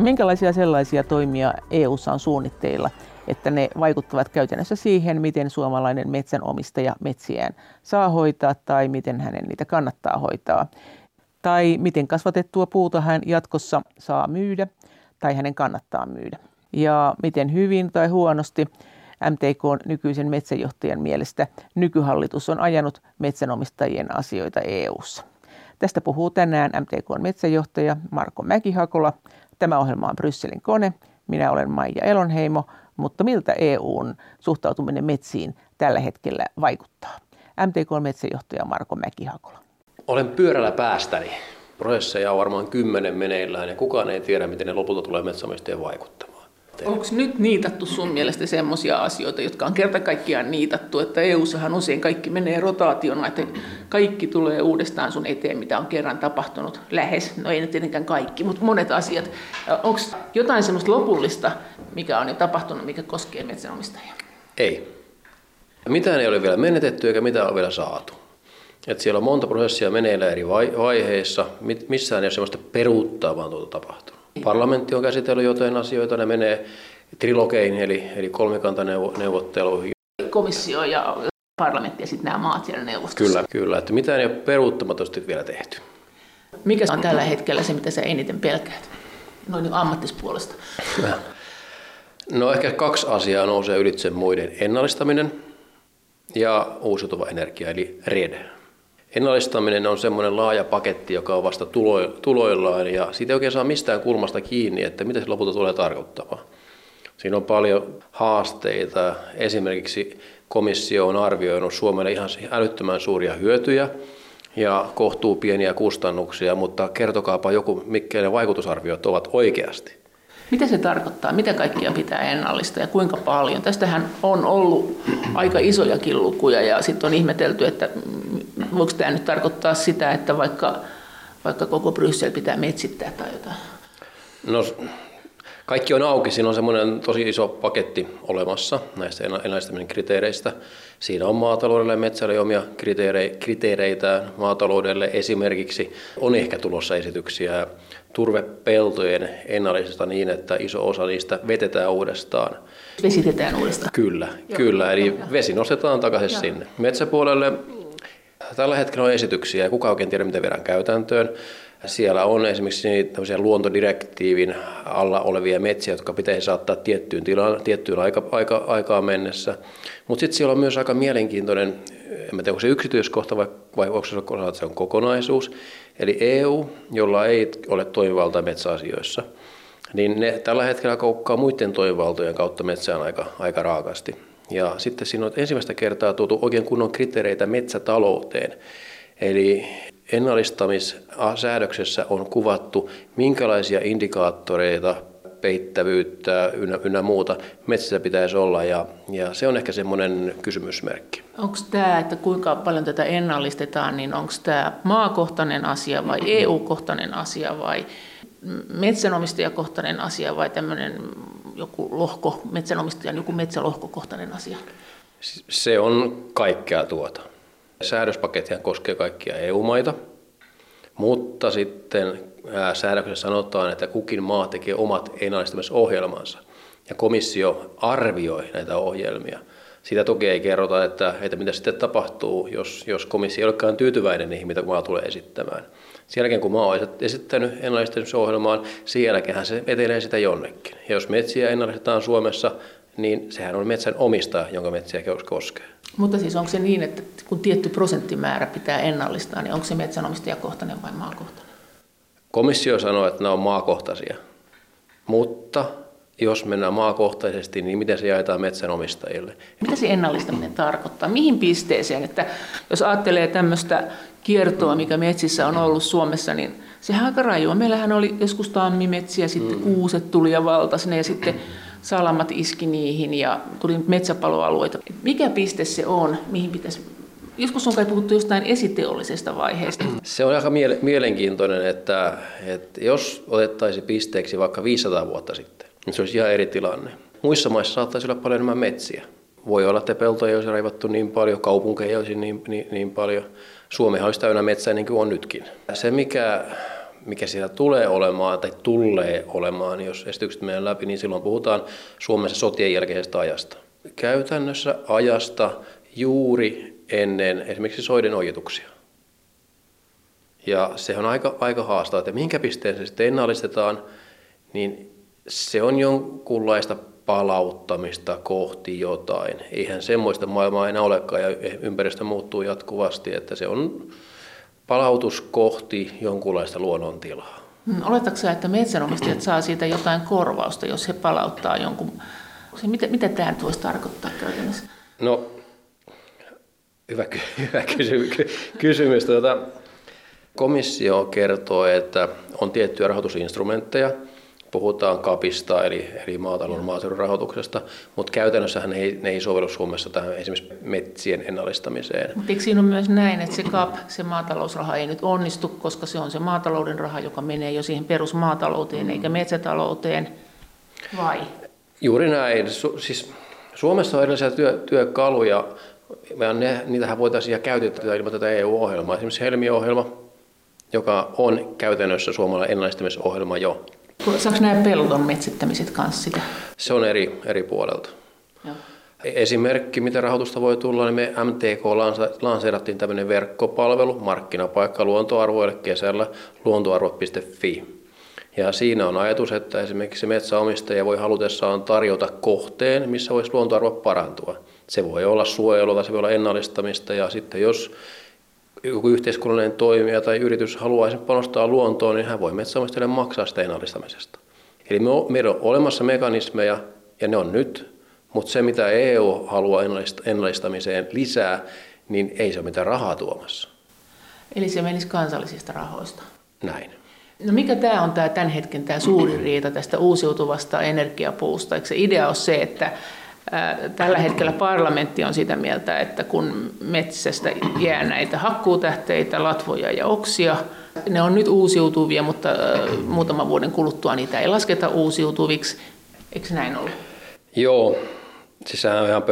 Minkälaisia sellaisia toimia EU:ssa on suunnitteilla, että ne vaikuttavat käytännössä siihen, miten suomalainen metsänomistaja metsiään saa hoitaa tai miten hänen niitä kannattaa hoitaa? Tai miten kasvatettua puuta hän jatkossa saa myydä tai hänen kannattaa myydä? Ja miten hyvin tai huonosti MTK:n nykyisen metsäjohtajan mielestä nykyhallitus on ajanut metsänomistajien asioita EU:ssa? Tästä puhuu tänään MTK:n metsäjohtaja Marko Mäki-Hakola. Tämä ohjelma on Brysselin kone. Minä olen Maija Elonheimo, mutta miltä EU:n suhtautuminen metsiin tällä hetkellä vaikuttaa? MTK:n metsäjohtaja Marko Mäki-Hakola. Olen pyörällä päästäni. Prosesseja on varmaan 10 meneillään ja kukaan ei tiedä, miten ne lopulta tulee metsänomistajien vaikuttamaan. Onko nyt niitattu sun mielestä semmoisia asioita, jotka on kerta kaikkiaan niitattu, että EU:ssahan usein kaikki menee rotaationa, että kaikki tulee uudestaan sun eteen, mitä on kerran tapahtunut lähes, no ei nyt tietenkään kaikki, mutta monet asiat. Onko jotain semmoista lopullista, mikä on jo tapahtunut, mikä koskee metsänomistajia? Ei. Mitään ei ole vielä menetetty eikä mitään ole vielä saatu. Että siellä on monta prosessia meneillään eri vaiheissa, missään ei ole semmoista peruuttavaa tapahtunut. Parlamentti on käsitellyt jotain asioita, ne menee trilogeihin eli kolmikantaneuvotteluihin. Komissio ja parlamentti ja sitten nämä maat siellä neuvostossa. Kyllä, että mitään ei ole peruuttamatonta vielä tehty. Mikä on tällä hetkellä se, mitä sä eniten pelkäät noin ammattispuolesta? No ehkä 2 asiaa nousee ylitse muiden: ennallistaminen ja uusiutuva energia eli RED. Ennallistaminen on semmoinen laaja paketti, joka on vasta tuloillaan ja siitä ei oikein saa mistään kulmasta kiinni, että mitä se lopulta tulee tarkoittamaan. Siinä on paljon haasteita. Esimerkiksi komissio on arvioinut Suomelle ihan älyttömän suuria hyötyjä ja kohtuu pieniä kustannuksia, mutta kertokaapa joku, mitkä ne vaikutusarviot ovat oikeasti. Mitä se tarkoittaa? Mitä kaikkia pitää ennallistaa ja kuinka paljon? Tästähän on ollut aika isojakin lukuja ja sitten on ihmetelty, että voiko tämä nyt tarkoittaa sitä, että vaikka koko Bryssel pitää metsittää tai jotain? No, kaikki on auki. Siinä on semmoinen tosi iso paketti olemassa näistä ennallistamisen kriteereistä. Siinä on maataloudelle ja metsälle omia kriteereitä. Maataloudelle esimerkiksi on ehkä tulossa esityksiä turvepeltojen ennallisesta niin, että iso osa niistä vetetään uudestaan. Vesitetään uudestaan? Kyllä. Eli vesi nostetaan takaisin sinne. Metsäpuolelle tällä hetkellä on esityksiä ja kukaan oikein tiedä, miten viedään käytäntöön. Siellä on esimerkiksi tämmöisiä luontodirektiivin alla olevia metsiä, jotka pitäisi saattaa tiettyyn aikaan mennessä. Mutta sitten siellä on myös aika mielenkiintoinen, en tiedä onko se yksityiskohta vai onko se on kokonaisuus. Eli EU, jolla ei ole toimivaltaa metsäasioissa, niin ne tällä hetkellä koukkaa muiden toimivaltojen kautta metsään aika raakasti. Ja sitten siinä on ensimmäistä kertaa tuotu oikein kunnon kriteereitä metsätalouteen. Eli ennallistamissäädöksessä on kuvattu, minkälaisia indikaattoreita, peittävyyttä ynnä muuta metsässä pitäisi olla, ja se on ehkä semmoinen kysymysmerkki. Onko tämä, että kuinka paljon tätä ennallistetaan, niin onko tämä maakohtainen asia vai EU-kohtainen asia vai metsänomistajakohtainen asia vai tämmöinen joku metsänomistajan joku metsälohkokohtainen asia? Se on kaikkea tuota. Säädöspakettihan koskee kaikkia EU-maita, mutta sitten säädöksessä sanotaan, että kukin maa tekee omat ennallistamisohjelmansa ja komissio arvioi näitä ohjelmia. Siitä toki ei kerrota, että mitä sitten tapahtuu, jos komissio ei olekaan tyytyväinen niihin, mitä maa tulee esittämään. Sen jälkeen, kun maa on esittänyt ennallistamisohjelmaan, sen jälkeenhän se etenee sitä jonnekin. Ja jos metsiä ennallistetaan Suomessa, niin sehän on metsän omistaja, jonka metsiä koskee. Mutta siis onko se niin, että kun tietty prosenttimäärä pitää ennallistaa, niin onko se metsänomistajakohtainen vai maakohtainen? Komissio sanoo, että nämä on maakohtaisia, mutta jos mennään maakohtaisesti, niin miten se jaetaan metsänomistajille? Mitä se ennallistaminen tarkoittaa? Mihin pisteeseen? Että jos ajattelee tämmöistä kiertoa, mikä metsissä on ollut Suomessa, niin sehän aika rajua. Meillähän oli joskus tammimetsiä, sitten kuuset tuli ja valtasi ne ja sitten salamat iski niihin ja tuli metsäpaloalueita. Mikä piste se on, mihin pitäisi... Joskus on kai puhuttu jostain esiteollisesta vaiheesta. Se on aika mielenkiintoinen, että jos otettaisiin pisteeksi vaikka 500 vuotta sitten, niin se olisi ihan eri tilanne. Muissa maissa saattaisi olla paljon enemmän metsiä. Voi olla, että peltoja olisi raivattu niin paljon, kaupunkeja olisi niin paljon. Suomihan olisi täynnä metsää niin kuin on nytkin. Se, mikä mikä siellä tulee olemaan tai tulee olemaan, jos esitykset menee läpi, niin silloin puhutaan Suomessa sotien jälkeisestä ajasta. Käytännössä ajasta juuri ennen esimerkiksi soiden ojituksia. Ja se on aika haastavaa, että minkä pisteen se sitten ennallistetaan, niin se on jonkunlaista palauttamista kohti jotain. Eihän semmoista maailmaa enää olekaan ja ympäristö muuttuu jatkuvasti, että se on palautus kohti jonkunlaista luonnontilaa. Oletatko sä, että metsänomistajat saa siitä jotain korvausta, jos he palauttaa jonkun? Mitä tämä nyt voisi tarkoittaa käytännössä? No, hyvä kysymys. Komissio kertoo, että on tiettyjä rahoitusinstrumentteja. Puhutaan CAPista, eli maatalouden maaseudun rahoituksesta, mutta käytännössähän ne ei sovellu Suomessa tähän esimerkiksi metsien ennallistamiseen. Mutta eikö siinä ole myös näin, että se CAP, se maatalousraha ei nyt onnistu, koska se on se maatalouden raha, joka menee jo siihen perusmaatalouteen eikä metsätalouteen, vai? Juuri näin. Siis Suomessa on erilaisia työkaluja, ja niitähän voitaisiin käyttää ilman tätä EU-ohjelmaa. Esimerkiksi Helmi-ohjelma, joka on käytännössä suomalainen ennallistamisohjelma jo. Saako nämä pellon metsittämiset kanssa sitä? Se on eri puolelta. Joo. Esimerkki, mitä rahoitusta voi tulla, niin me MTK lanseerattiin tämmöinen verkkopalvelu, markkinapaikka luontoarvoille kesällä, luontoarvot.fi. Ja siinä on ajatus, että esimerkiksi metsäomistaja voi halutessaan tarjota kohteen, missä voisi luontoarvo parantua. Se voi olla suojelua, se voi olla ennallistamista ja sitten jos joku yhteiskunnallinen toimija tai yritys haluaisi panostaa luontoon, niin hän voi metsänomistajalle maksaa sitä ennallistamisesta. Eli meillä on olemassa mekanismeja, ja ne on nyt, mutta se mitä EU haluaa ennallistamiseen lisää, niin ei se ole mitään rahaa tuomassa. Eli se menisi kansallisista rahoista? Näin. No mikä tämä on tämän hetken tämä suuri riita tästä uusiutuvasta energiapuusta? Eikö se idea ole se, että tällä hetkellä parlamentti on sitä mieltä, että kun metsästä jää näitä hakkuutähteitä, latvoja ja oksia, ne on nyt uusiutuvia, mutta muutaman vuoden kuluttua niitä ei lasketa uusiutuviksi. Eikö näin ollut? Joo, siis sehän on ihan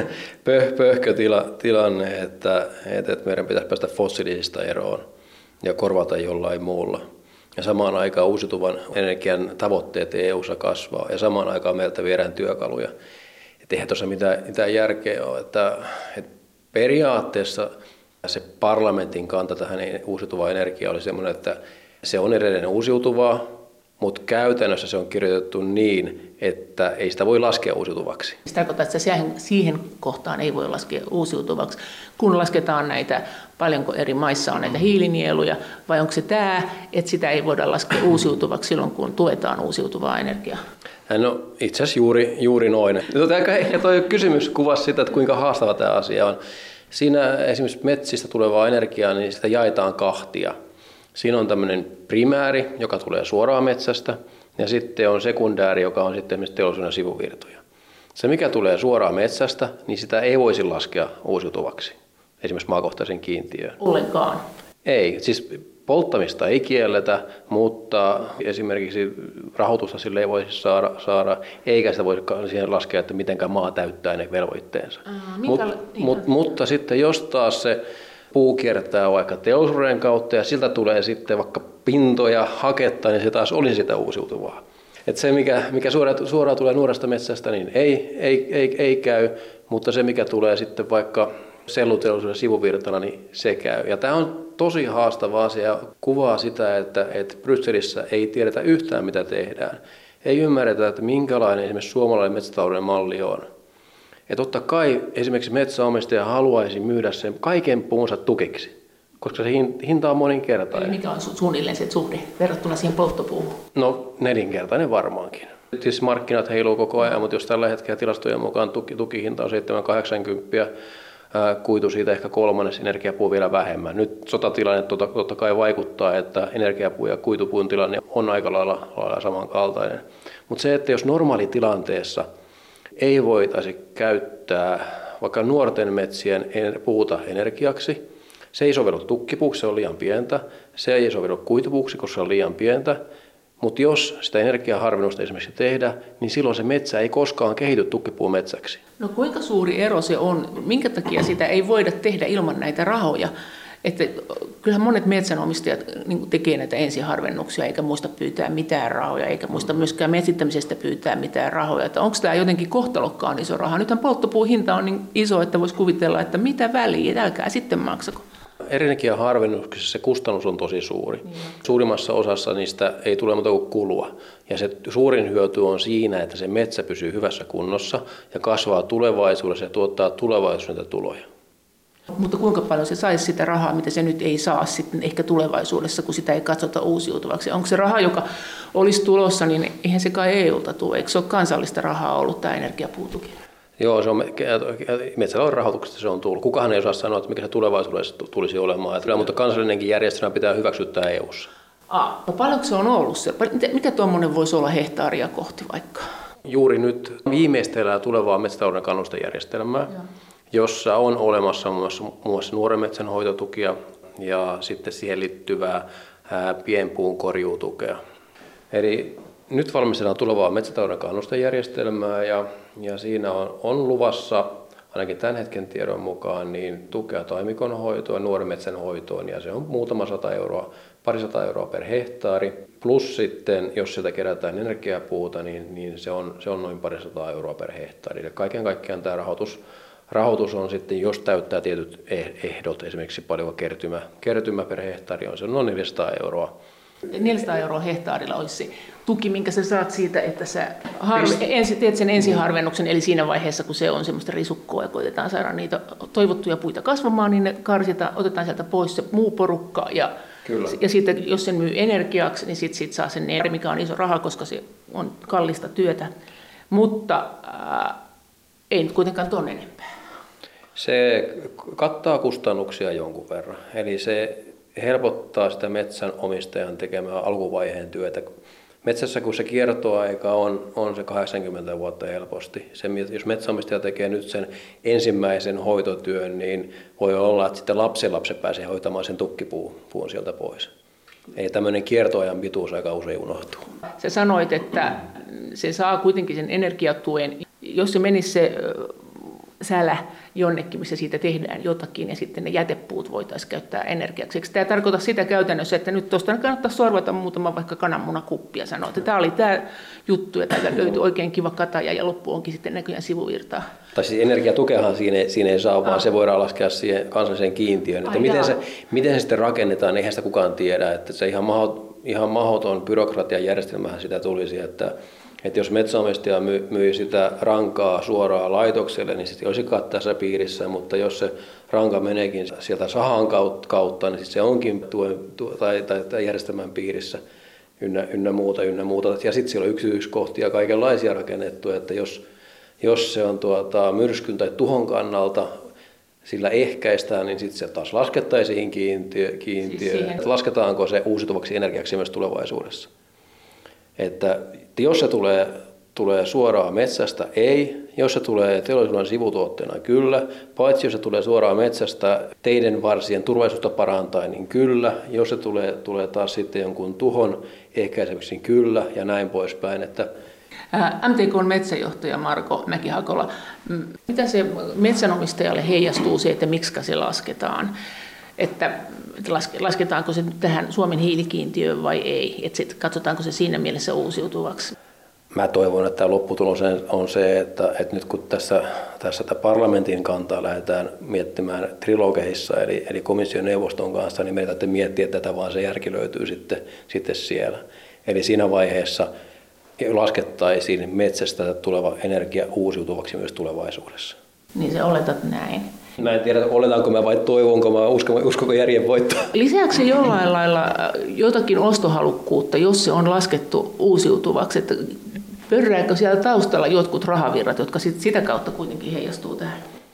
pöhkötilanne, että meidän pitäisi päästä fossiilisista eroon ja korvata jollain muulla. Ja samaan aikaan uusiutuvan energian tavoitteet EU:ssa kasvaa ja samaan aikaan meiltä viedään työkaluja. Eihän tuossa mitään järkeä ole, että periaatteessa se parlamentin kanta tähän uusiutuvaan energiaan oli sellainen, että se on edelleen uusiutuvaa, mutta käytännössä se on kirjoitettu niin, että ei sitä voi laskea uusiutuvaksi. Se tarkoittaa, että siihen kohtaan ei voi laskea uusiutuvaksi, kun lasketaan näitä, paljonko eri maissa on näitä hiilinieluja, vai onko se tämä, että sitä ei voida laskea uusiutuvaksi silloin, kun tuetaan uusiutuvaa energiaa? No itse asiassa juuri noin. Ehkä tuo kysymys kuvasi sitä, että kuinka haastava tämä asia on. Siinä esimerkiksi metsistä tulevaa energiaa, niin sitä jaetaan kahtia. Siinä on tämmöinen primääri, joka tulee suoraan metsästä, ja sitten on sekundääri, joka on sitten esimerkiksi teollisuuden sivuvirtoja. Se, mikä tulee suoraan metsästä, niin sitä ei voisi laskea uusiutuvaksi, esimerkiksi maakohtaisen kiintiöön. Ollenkaan? Ei, siis polttamista ei kielletä, mutta esimerkiksi rahoitusta sille ei voisi saada eikä sitä voisi siihen laskea, että mitenkään maa täyttää ne velvoitteensa. Mutta sitten jos taas se puu kiertää vaikka teollisuuden kautta ja siltä tulee sitten vaikka pintoja, haketta, niin se taas olisi sitä uusiutuvaa. Että se, mikä suoraan tulee nuoresta metsästä, niin ei käy, mutta se, mikä tulee sitten vaikka selluteollisuuden sivuvirtana, niin se käy. Ja tämä on tosi haastava asia ja kuvaa sitä, että Brysselissä ei tiedetä yhtään, mitä tehdään. Ei ymmärretä, että minkälainen esimerkiksi suomalainen metsätalouden malli on. Ja totta kai esimerkiksi metsäomistaja haluaisi myydä sen kaiken puunsa tukiksi, koska se hinta on moninkertainen. Eli mikä on suunnilleen se suhde verrattuna siihen polttopuuhun? No 4-kertainen varmaankin. Siis markkinat heiluu koko ajan, mutta jos tällä hetkellä tilastojen mukaan tukihinta on 7-80, kuitu siitä ehkä kolmannes, energiapuu vielä vähemmän. Nyt sotatilanne totta kai vaikuttaa, että energiapuu ja kuitupuun tilanne on aika lailla samankaltainen. Mutta se, että jos normaalitilanteessa ei voitaisi käyttää vaikka nuorten metsien puuta energiaksi, se ei sovellu tukkipuuksi, se on liian pientä, se ei sovellu kuitupuuksi, koska se on liian pientä, mutta jos sitä energiaharvennusta esimerkiksi tehdä, niin silloin se metsä ei koskaan kehity tukkipuun metsäksi. No kuinka suuri ero se on? Minkä takia sitä ei voida tehdä ilman näitä rahoja? Että kyllähän monet metsänomistajat niin tekee näitä ensiharvennuksia eikä muista pyytää mitään rahoja, eikä muista myöskään metsittämisestä pyytää mitään rahoja. Että onko tämä jotenkin kohtalokkaan iso raha? Nythän polttopuun hinta on niin iso, että voisi kuvitella, että mitä väliä, älkää sitten maksako. Energiaharvennuksessa se kustannus on tosi suuri. Suurimmassa osassa niistä ei tule muuta kuin kulua. Ja se suurin hyöty on siinä, että se metsä pysyy hyvässä kunnossa ja kasvaa tulevaisuudessa ja tuottaa tulevaisuuden tuloja. Mutta kuinka paljon se saisi sitä rahaa, mitä se nyt ei saa sitten ehkä tulevaisuudessa, kun sitä ei katsota uusiutuvaksi? Onko se raha, joka olisi tulossa, niin eihän se kai EUlta tule. Eikö se ole kansallista rahaa ollut tämä energiapuutuki? Joo, se on metsätalouden rahoituksesta se on tullut. Kukahan ei osaa sanoa, että mikä se tulevaisuudessa tulisi olemaan. Mutta kansallinenkin järjestelmä pitää hyväksyttää EU:ssa. No paljonko se on ollut se? Mikä tuommoinen voisi olla hehtaaria kohti vaikka? Juuri nyt viimeistellään tulevaa metsätalouden kannustejärjestelmää, jossa on olemassa muun muassa nuoren metsän hoitotukia ja sitten siihen liittyvää pienpuun korjuutukea. Eli nyt valmistellaan tulevaa metsätalouden kannustejärjestelmää ja siinä on luvassa, ainakin tämän hetken tiedon mukaan, niin tukea taimikon hoitoon, nuoren metsän hoitoon ja se on parisataa euroa per hehtaari. Plus sitten, jos sieltä kerätään energiapuuta, niin se on noin 200 euroa per hehtaari. Eli kaiken kaikkiaan tämä rahoitus on sitten, jos täyttää tietyt ehdot, esimerkiksi paljonko kertymä per hehtaari on, se on noin 400 euroa. 400 euroa hehtaarilla olisi se tuki, minkä sä saat siitä, että sä teet sen ensiharvennuksen, eli siinä vaiheessa, kun se on semmoista risukkoa ja koitetaan saada niitä toivottuja puita kasvamaan, niin ne karsitaan, otetaan sieltä pois se muu porukka ja sitten jos sen myy energiaksi, niin sitten saa sen mikä on iso raha, koska se on kallista työtä, mutta ei nyt kuitenkaan ton enempää. Se kattaa kustannuksia jonkun verran, eli se helpottaa sitä metsänomistajan tekemää alkuvaiheen työtä. Metsässä, kun se kiertoaika on se 80 vuotta helposti. Jos metsänomistaja tekee nyt sen ensimmäisen hoitotyön, niin voi olla, että sitten lapsenlapsi pääsee hoitamaan sen tukkipuun sieltä pois. Ei tämmöinen kiertoajan pituus aika usein unohtuu. Sä sanoit, että se saa kuitenkin sen energiatuen. Jos se menisi se sälä jonnekin, missä siitä tehdään jotakin, ja sitten ne jätepuut voitaisiin käyttää energiaksi. Eikö tämä tarkoita sitä käytännössä, että nyt tuosta kannattaa sorvata muutama vaikka kananmunakuppi ja sanoa, että tämä oli tämä juttu, ja täältä löytyi oikein kiva kataja, ja loppu onkin sitten näköjään sivuvirtaa. Tai siis energiatukeahan siinä ei saa, vaan se voidaan laskea siihen kansalliseen kiintiöön. Että miten se sitten rakennetaan, eihän sitä kukaan tiedä. Että se ihan mahdoton byrokratian järjestelmähän sitä tulisi, että jos metsänomistaja myy sitä rankaa suoraan laitokselle, niin sitten olisikaan tässä piirissä, mutta jos se ranka meneekin sieltä sahan kautta, niin sitten se onkin tai järjestelmän piirissä ynnä muuta. Ja sitten siellä on yksityiskohtia kaikenlaisia rakennettuja, että jos se on myrskyn tai tuhon kannalta sillä ehkäistään, niin sitten se taas laskettaisiin kiintiö. Siis lasketaanko se uusiutuvaksi energiaksi myös tulevaisuudessa? Että jos se tulee suoraan metsästä, ei. Jos se tulee teollisuuden sivutuotteena, kyllä. Paitsi jos se tulee suoraan metsästä teiden varsien turvallisuutta parantaen, niin kyllä. Jos se tulee taas sitten jonkun tuhon ehkäiseväksi, niin kyllä, ja näin poispäin. MTK:n metsäjohtaja Marko Mäki-Hakola, mitä se metsänomistajalle heijastuu se, että miksi se lasketaan? Että lasketaanko se nyt tähän Suomen hiilikiintiöön vai ei? Että katsotaanko se siinä mielessä uusiutuvaksi? Mä toivon, että lopputulos on se, että nyt kun tässä parlamentin kantaa lähdetään miettimään trilogeissa, eli komission neuvoston kanssa, niin meidän täytyy miettiä tätä, vaan se järki löytyy sitten siellä. Eli siinä vaiheessa laskettaisiin metsästä tuleva energia uusiutuvaksi myös tulevaisuudessa. Niin se oletat näin. Mä en tiedä, oletanko mä vai toivonko mä, uskonko järjen voittoa. Lisääkö se jollain lailla jotakin ostohalukkuutta, jos se on laskettu uusiutuvaksi? Että pörrääkö siellä taustalla jotkut rahavirrat, jotka sitä kautta kuitenkin heijastuu tähän?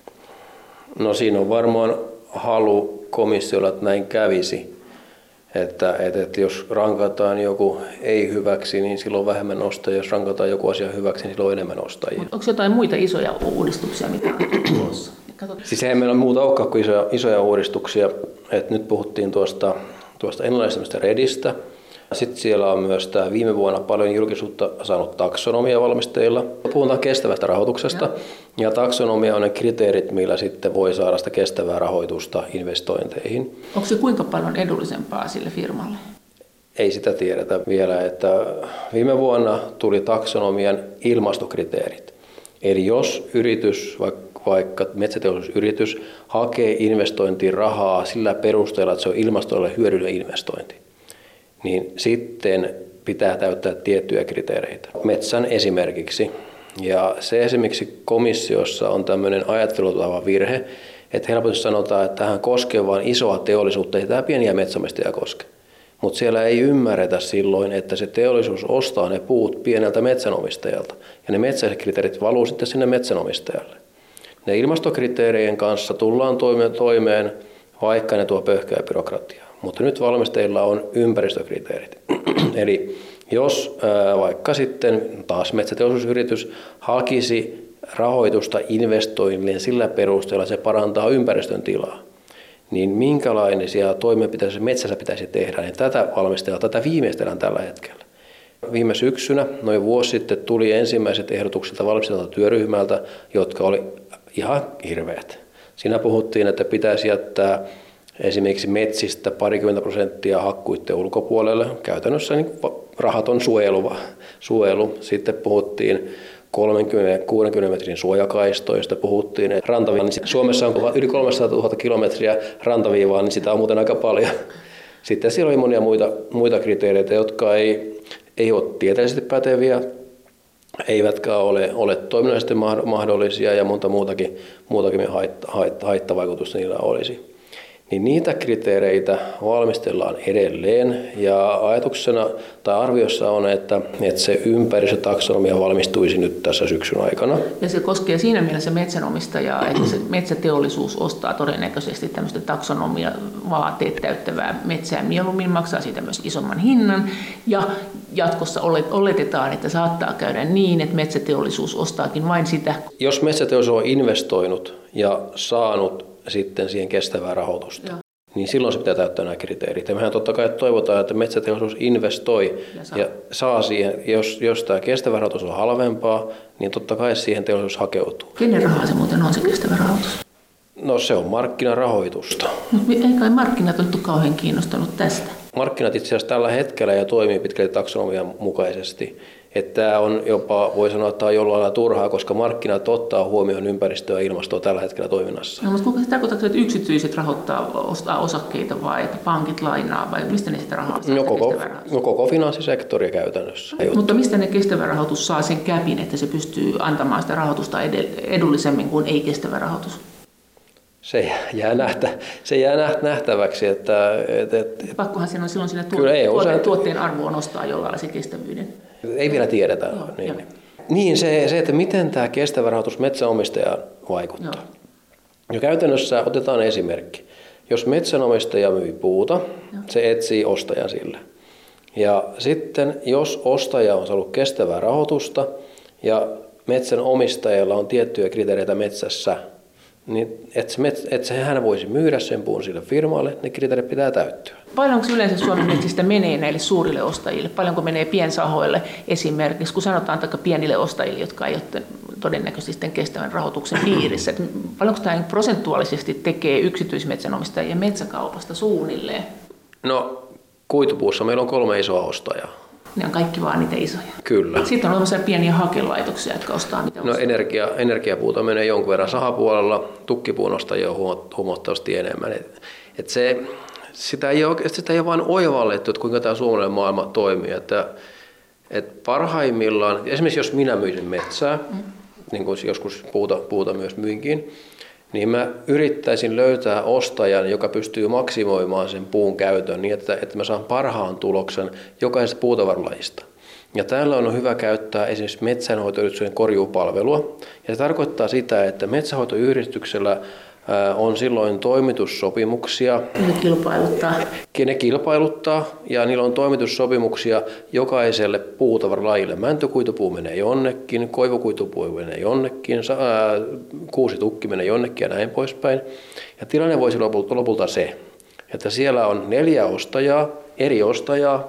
No siinä on varmaan halu komissiolla, että näin kävisi. Että jos rankataan joku ei hyväksi, niin silloin vähemmän ostajia. Jos rankataan joku asia hyväksi, niin silloin enemmän ostajia. Onko jotain muita isoja uudistuksia, mitä on tulossa? Siis eihän meillä muuta olekaan kuin isoja uudistuksia. Et nyt puhuttiin tuosta ennallisemmasta redistä. Sitten siellä on myös tämä viime vuonna paljon julkisuutta saanut taksonomia valmistajilla. Puhutaan kestävästä rahoituksesta ja taksonomia on ne kriteerit, millä sitten voi saada sitä kestävää rahoitusta investointeihin. Onko se kuinka paljon edullisempaa sille firmalle? Ei sitä tiedetä vielä, että viime vuonna tuli taksonomian ilmastokriteerit. Eli jos yritys, vaikka metsäteollisuusyritys, hakee investointiin rahaa sillä perusteella, että se on ilmastolle hyödyllinen investointi, niin sitten pitää täyttää tiettyjä kriteereitä. Metsän esimerkiksi. Ja se esimerkiksi komissiossa on tämmöinen ajattelutava virhe, että helposti sanotaan, että tähän koskee vain isoa teollisuutta, ei tämä pieniä metsänomistajia koske. Mutta siellä ei ymmärretä silloin, että se teollisuus ostaa ne puut pieneltä metsänomistajalta. Ja ne metsäkriteerit valuu sitten sinne metsänomistajalle. Ne ilmastokriteerien kanssa tullaan toimeen, vaikka ne tuo pöhköä byrokratiaa. Mutta nyt valmistajilla on ympäristökriteerit. Eli jos vaikka sitten taas metsäteollisuusyritys hakisi rahoitusta investoinnille sillä perusteella, se parantaa ympäristön tilaa, niin minkälaisia toimenpiteitä metsässä pitäisi tehdä, niin tätä valmistellaan, tätä viimeistellään tällä hetkellä. Viime syksynä, noin vuosi sitten, tuli ensimmäiset ehdotukset valmistelta työryhmältä, jotka oli ihan hirveät. Siinä puhuttiin, että pitäisi jättää esimerkiksi metsistä 20% hakkuitten ulkopuolelle, käytännössä niin rahaton suojelu. Sitten puhuttiin 30-60 metrin suojakaistoista, puhuttiin, että Suomessa on yli 300 000 kilometriä rantaviivaa, niin sitä on muuten aika paljon. Sitten siellä oli monia muita kriteereitä, jotka ei ole tieteellisesti päteviä, eivätkä ole toiminnallisesti mahdollisia ja monta muutakin haittavaikutusta niillä olisi. Niin niitä kriteereitä valmistellaan edelleen ja ajatuksena tai arviossa on, että se ympäristötaksonomia valmistuisi nyt tässä syksyn aikana. Ja se koskee siinä mielessä metsänomistajaa, että se metsäteollisuus ostaa todennäköisesti tämmöistä taksonomia-vaateet täyttävää metsää mieluummin, maksaa siitä myös isomman hinnan ja jatkossa oletetaan, että saattaa käydä niin, että metsäteollisuus ostaakin vain sitä. Jos metsäteollisuus on investoinut ja saanut sitten siihen kestävää rahoitusta, niin silloin se pitää täyttää nämä kriteerit. Ja mehän totta kai toivotaan, että metsäteollisuus investoi ja saa siihen, jos tämä kestävä rahoitus on halvempaa, niin totta kai siihen teollisuus hakeutuu. Kenen rahaa se muuten on se kestävä rahoitus? No se on markkinarahoitusta. Mutta ei kai markkinat ole kauhean kiinnostunut tästä? Markkinat itse asiassa tällä hetkellä jo toimii pitkälti taksonomian mukaisesti. Että tämä on jopa, voi sanoa, että tämä on jollain lailla turhaa, koska markkinat ottaa huomioon ympäristöä ja ilmastoa tällä hetkellä toiminnassa. No, mutta kuinka se tarkoittaa, että yksityiset ostaa osakkeita vai että pankit lainaa vai mistä ne sitä rahaa saa? Koko finanssisektori käytännössä. Mutta mistä ne kestävä rahoitus saa sen käpin, että se pystyy antamaan sitä rahoitusta edullisemmin kuin ei-kestävä rahoitus? Se jää nähtäväksi. Pakkohan siinä on silloin siinä tuotteen arvoa nostaa jollain se kestävyyden. Ei vielä tiedetä. Niin se, että miten tämä kestävä rahoitus metsänomistajaan vaikuttaa. Ja käytännössä otetaan esimerkki. Jos metsänomistaja myy puuta, se etsii ostajan sille. Ja sitten jos ostaja on saanut kestävää rahoitusta ja metsänomistajalla on tiettyjä kriteereitä metsässä, niin että hän voisi myydä sen puun sille firmalle, ne kriteerit pitää täyttyä. Paljonko yleensä Suomen metsistä menee näille suurille ostajille? Paljonko menee piensahoille esimerkiksi, kun sanotaan taikka pienille ostajille, jotka ei ole todennäköisesti kestävän rahoituksen piirissä? Että paljonko tämä prosentuaalisesti tekee yksityismetsänomistajien metsäkaupasta suunnilleen? No kuitupuussa meillä on 3 isoa ostajaa. Ne on kaikki vaan niitä isoja. Kyllä. Sitten on olemassa pieniä hakelaitoksia, jotka ostaa niitä ostaa. No energiapuuta menee jonkun verran sahapuolella, tukkipuun ostajia on huomattavasti enemmän. Sitä ei ole vain oivallettu, että kuinka tämä suomalainen maailma toimii. Että parhaimmillaan, esimerkiksi jos minä myisin metsää, niin kuin joskus puuta myös myinkin, niin mä yrittäisin löytää ostajan, joka pystyy maksimoimaan sen puun käytön niin, että mä saan parhaan tuloksen jokaisesta puutavaralajista. Ja täällä on hyvä käyttää esimerkiksi metsänhoitoyhdistyksen korjuupalvelua. Ja se tarkoittaa sitä, että metsänhoitoyhdistyksellä on silloin toimitussopimuksia. Ne kilpailuttaa ja niillä on toimitussopimuksia jokaiselle puutavaralajille. Mäntykuitupuu menee jonnekin, koivukuitupuu menee jonnekin, kuusitukki menee jonnekin ja näin poispäin. Ja tilanne voisi lopulta se, että siellä on 4 eri ostajaa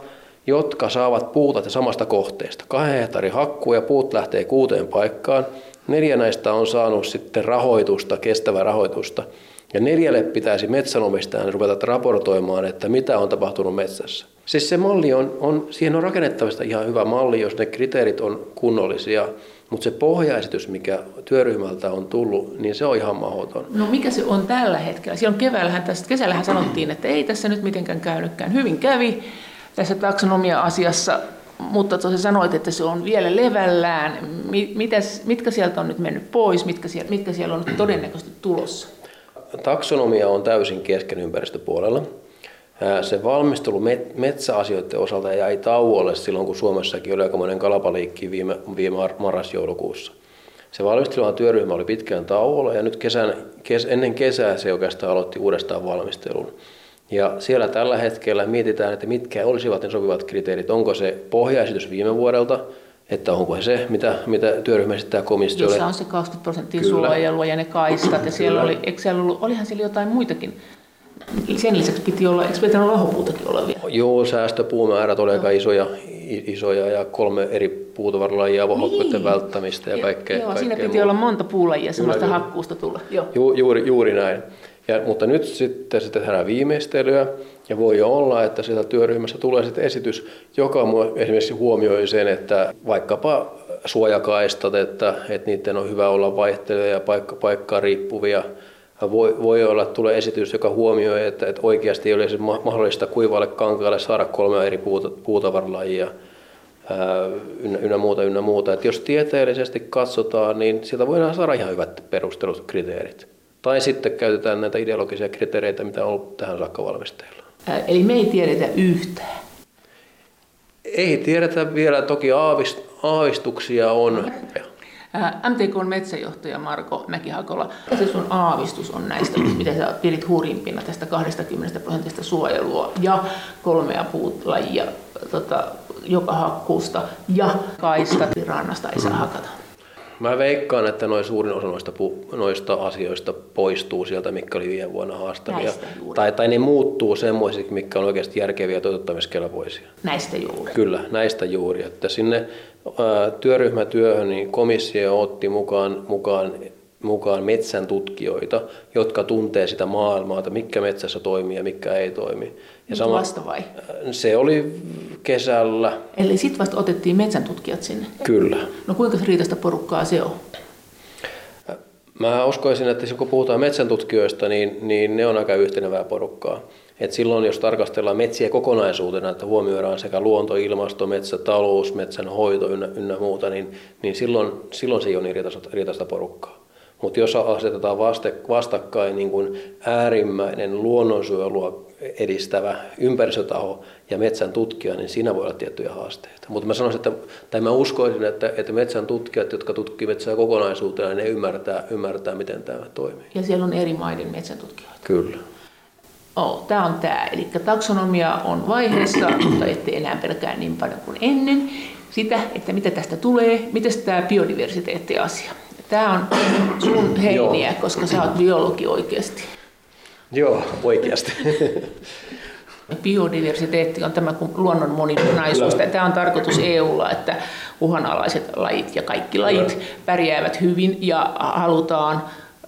jotka saavat puuta samasta kohteesta. 2 hehtaarin hakkuu ja puut lähtee 6 paikkaan. 4 näistä on saanut sitten rahoitusta, kestävää rahoitusta. Ja 4 pitäisi metsänomistajan ruveta raportoimaan, että mitä on tapahtunut metsässä. Siis se malli siihen on rakennettavista ihan hyvä malli, jos ne kriteerit on kunnollisia. Mutta se pohjaesitys, mikä työryhmältä on tullut, niin se on ihan mahdoton. No mikä se on tällä hetkellä? Silloin kesällähän sanottiin, että ei tässä nyt mitenkään käynytkään. Hyvin kävi tässä taksonomia-asiassa, mutta tosiaan sanoit, että se on vielä levällään. Mitkä sieltä on nyt mennyt pois, mitkä siellä on nyt todennäköisesti tulossa? Taksonomia on täysin kesken ympäristöpuolella. Se valmistelu metsäasioiden osalta jäi tauolle silloin, kun Suomessakin oli aikamoinen kalapaliikki viime marras-joulukuussa. Se valmisteleva työryhmä oli pitkään tauolla ja nyt ennen kesää se oikeastaan aloitti uudestaan valmistelun. Ja siellä tällä hetkellä mietitään, että mitkä olisivat ne sopivat kriteerit. Onko se pohjaesitys viime vuodelta, että onko se, mitä työryhmä esittää komissiolle. Jossa on se 20% suojelua ja ne kaistat ja siellä olihan siellä jotain muitakin. Sen lisäksi piti olla, eikö pitänyt lahopuutakin olla vielä? Joo, säästöpuumäärät oli aika isoja ja 3 eri puutavaralajia, avohakkuiden välttämistä ja kaikkea. Joo, siinä piti olla monta puulajia samasta hakkuusta tulla. Joo. Juuri näin. Mutta nyt sitten tehdään viimeistelyä ja voi olla, että sieltä työryhmässä tulee sitten esitys, joka esimerkiksi huomioi sen, että vaikkapa suojakaistat, että niiden on hyvä olla vaihtelevia ja paikkaa riippuvia. Voi olla, että tulee esitys, joka huomioi, että oikeasti ei olisi mahdollista kuivalle kankaalle saada 3 eri puutavaralajia ynnä muuta. Että jos tieteellisesti katsotaan, niin sieltä voidaan saada ihan hyvät perustelut kriteerit. Tai sitten käytetään näitä ideologisia kriteereitä, mitä on ollut tähän saakka valmisteilla. Eli me ei tiedetä yhtään? Ei tiedetä vielä, toki aavistuksia on. MTK:n metsäjohtaja Marko Mäki-Hakola, se sun aavistus on näistä, mitä sä pidit hurjimpina tästä 20% suojelua ja 3 puulajia joka hakkuusta ja kaistat rannasta ei saa hakata? Mä veikkaan, että suurin osa noista asioista poistuu sieltä, mitkä oli viime vuonna haastavia. Tai ne muuttuu semmoisiksi, mitkä on oikeasti järkeviä ja toteuttamiskelpoisia. Näistä juuri? Kyllä, näistä juuri. Että sinne työryhmätyöhön niin komissio otti mukaan metsän tutkijoita, jotka tuntee sitä maailmaa, että mikä metsässä toimii ja mikä ei toimi. Ja vasta vai? Se oli kesällä. Eli sitten vasta otettiin metsän tutkijat sinne? Kyllä. No kuinka riitaista porukkaa se on? Mä uskoisin, että kun puhutaan metsäntutkijoista, niin ne on aika yhtenevää porukkaa. Et silloin, jos tarkastellaan metsiä kokonaisuutena, että huomioidaan sekä luonto, ilmasto, metsätalous, metsän hoito ynnä muuta, niin silloin se ei ole niin riitaista porukkaa. Mutta jos asetetaan vastakkain niin kuin äärimmäinen luonnonsuojelua edistävä ympäristötaho ja metsän tutkija, niin siinä voi olla tiettyjä haasteita. Mutta mä sanoisin, mä uskoisin, että metsän tutkijat, jotka tutkivat metsää kokonaisuutena, ne ymmärtää, miten tämä toimii. Ja siellä on eri maiden metsän tutkijoita. Kyllä. Tämä on tämä. Eli taksonomia on vaiheessa, mutta ette enää pelkää niin paljon kuin ennen. Sitä, että mitä tästä tulee, miten tämä biodiversiteettiasia. Tämä on sun heiniä, koska sä oot biologi oikeasti. Joo, oikeasti. Biodiversiteetti on tämä luonnon monimuotoisuus. Tämä on tarkoitus EUlla, että uhanalaiset lajit ja kaikki lajit pärjäävät hyvin ja halutaan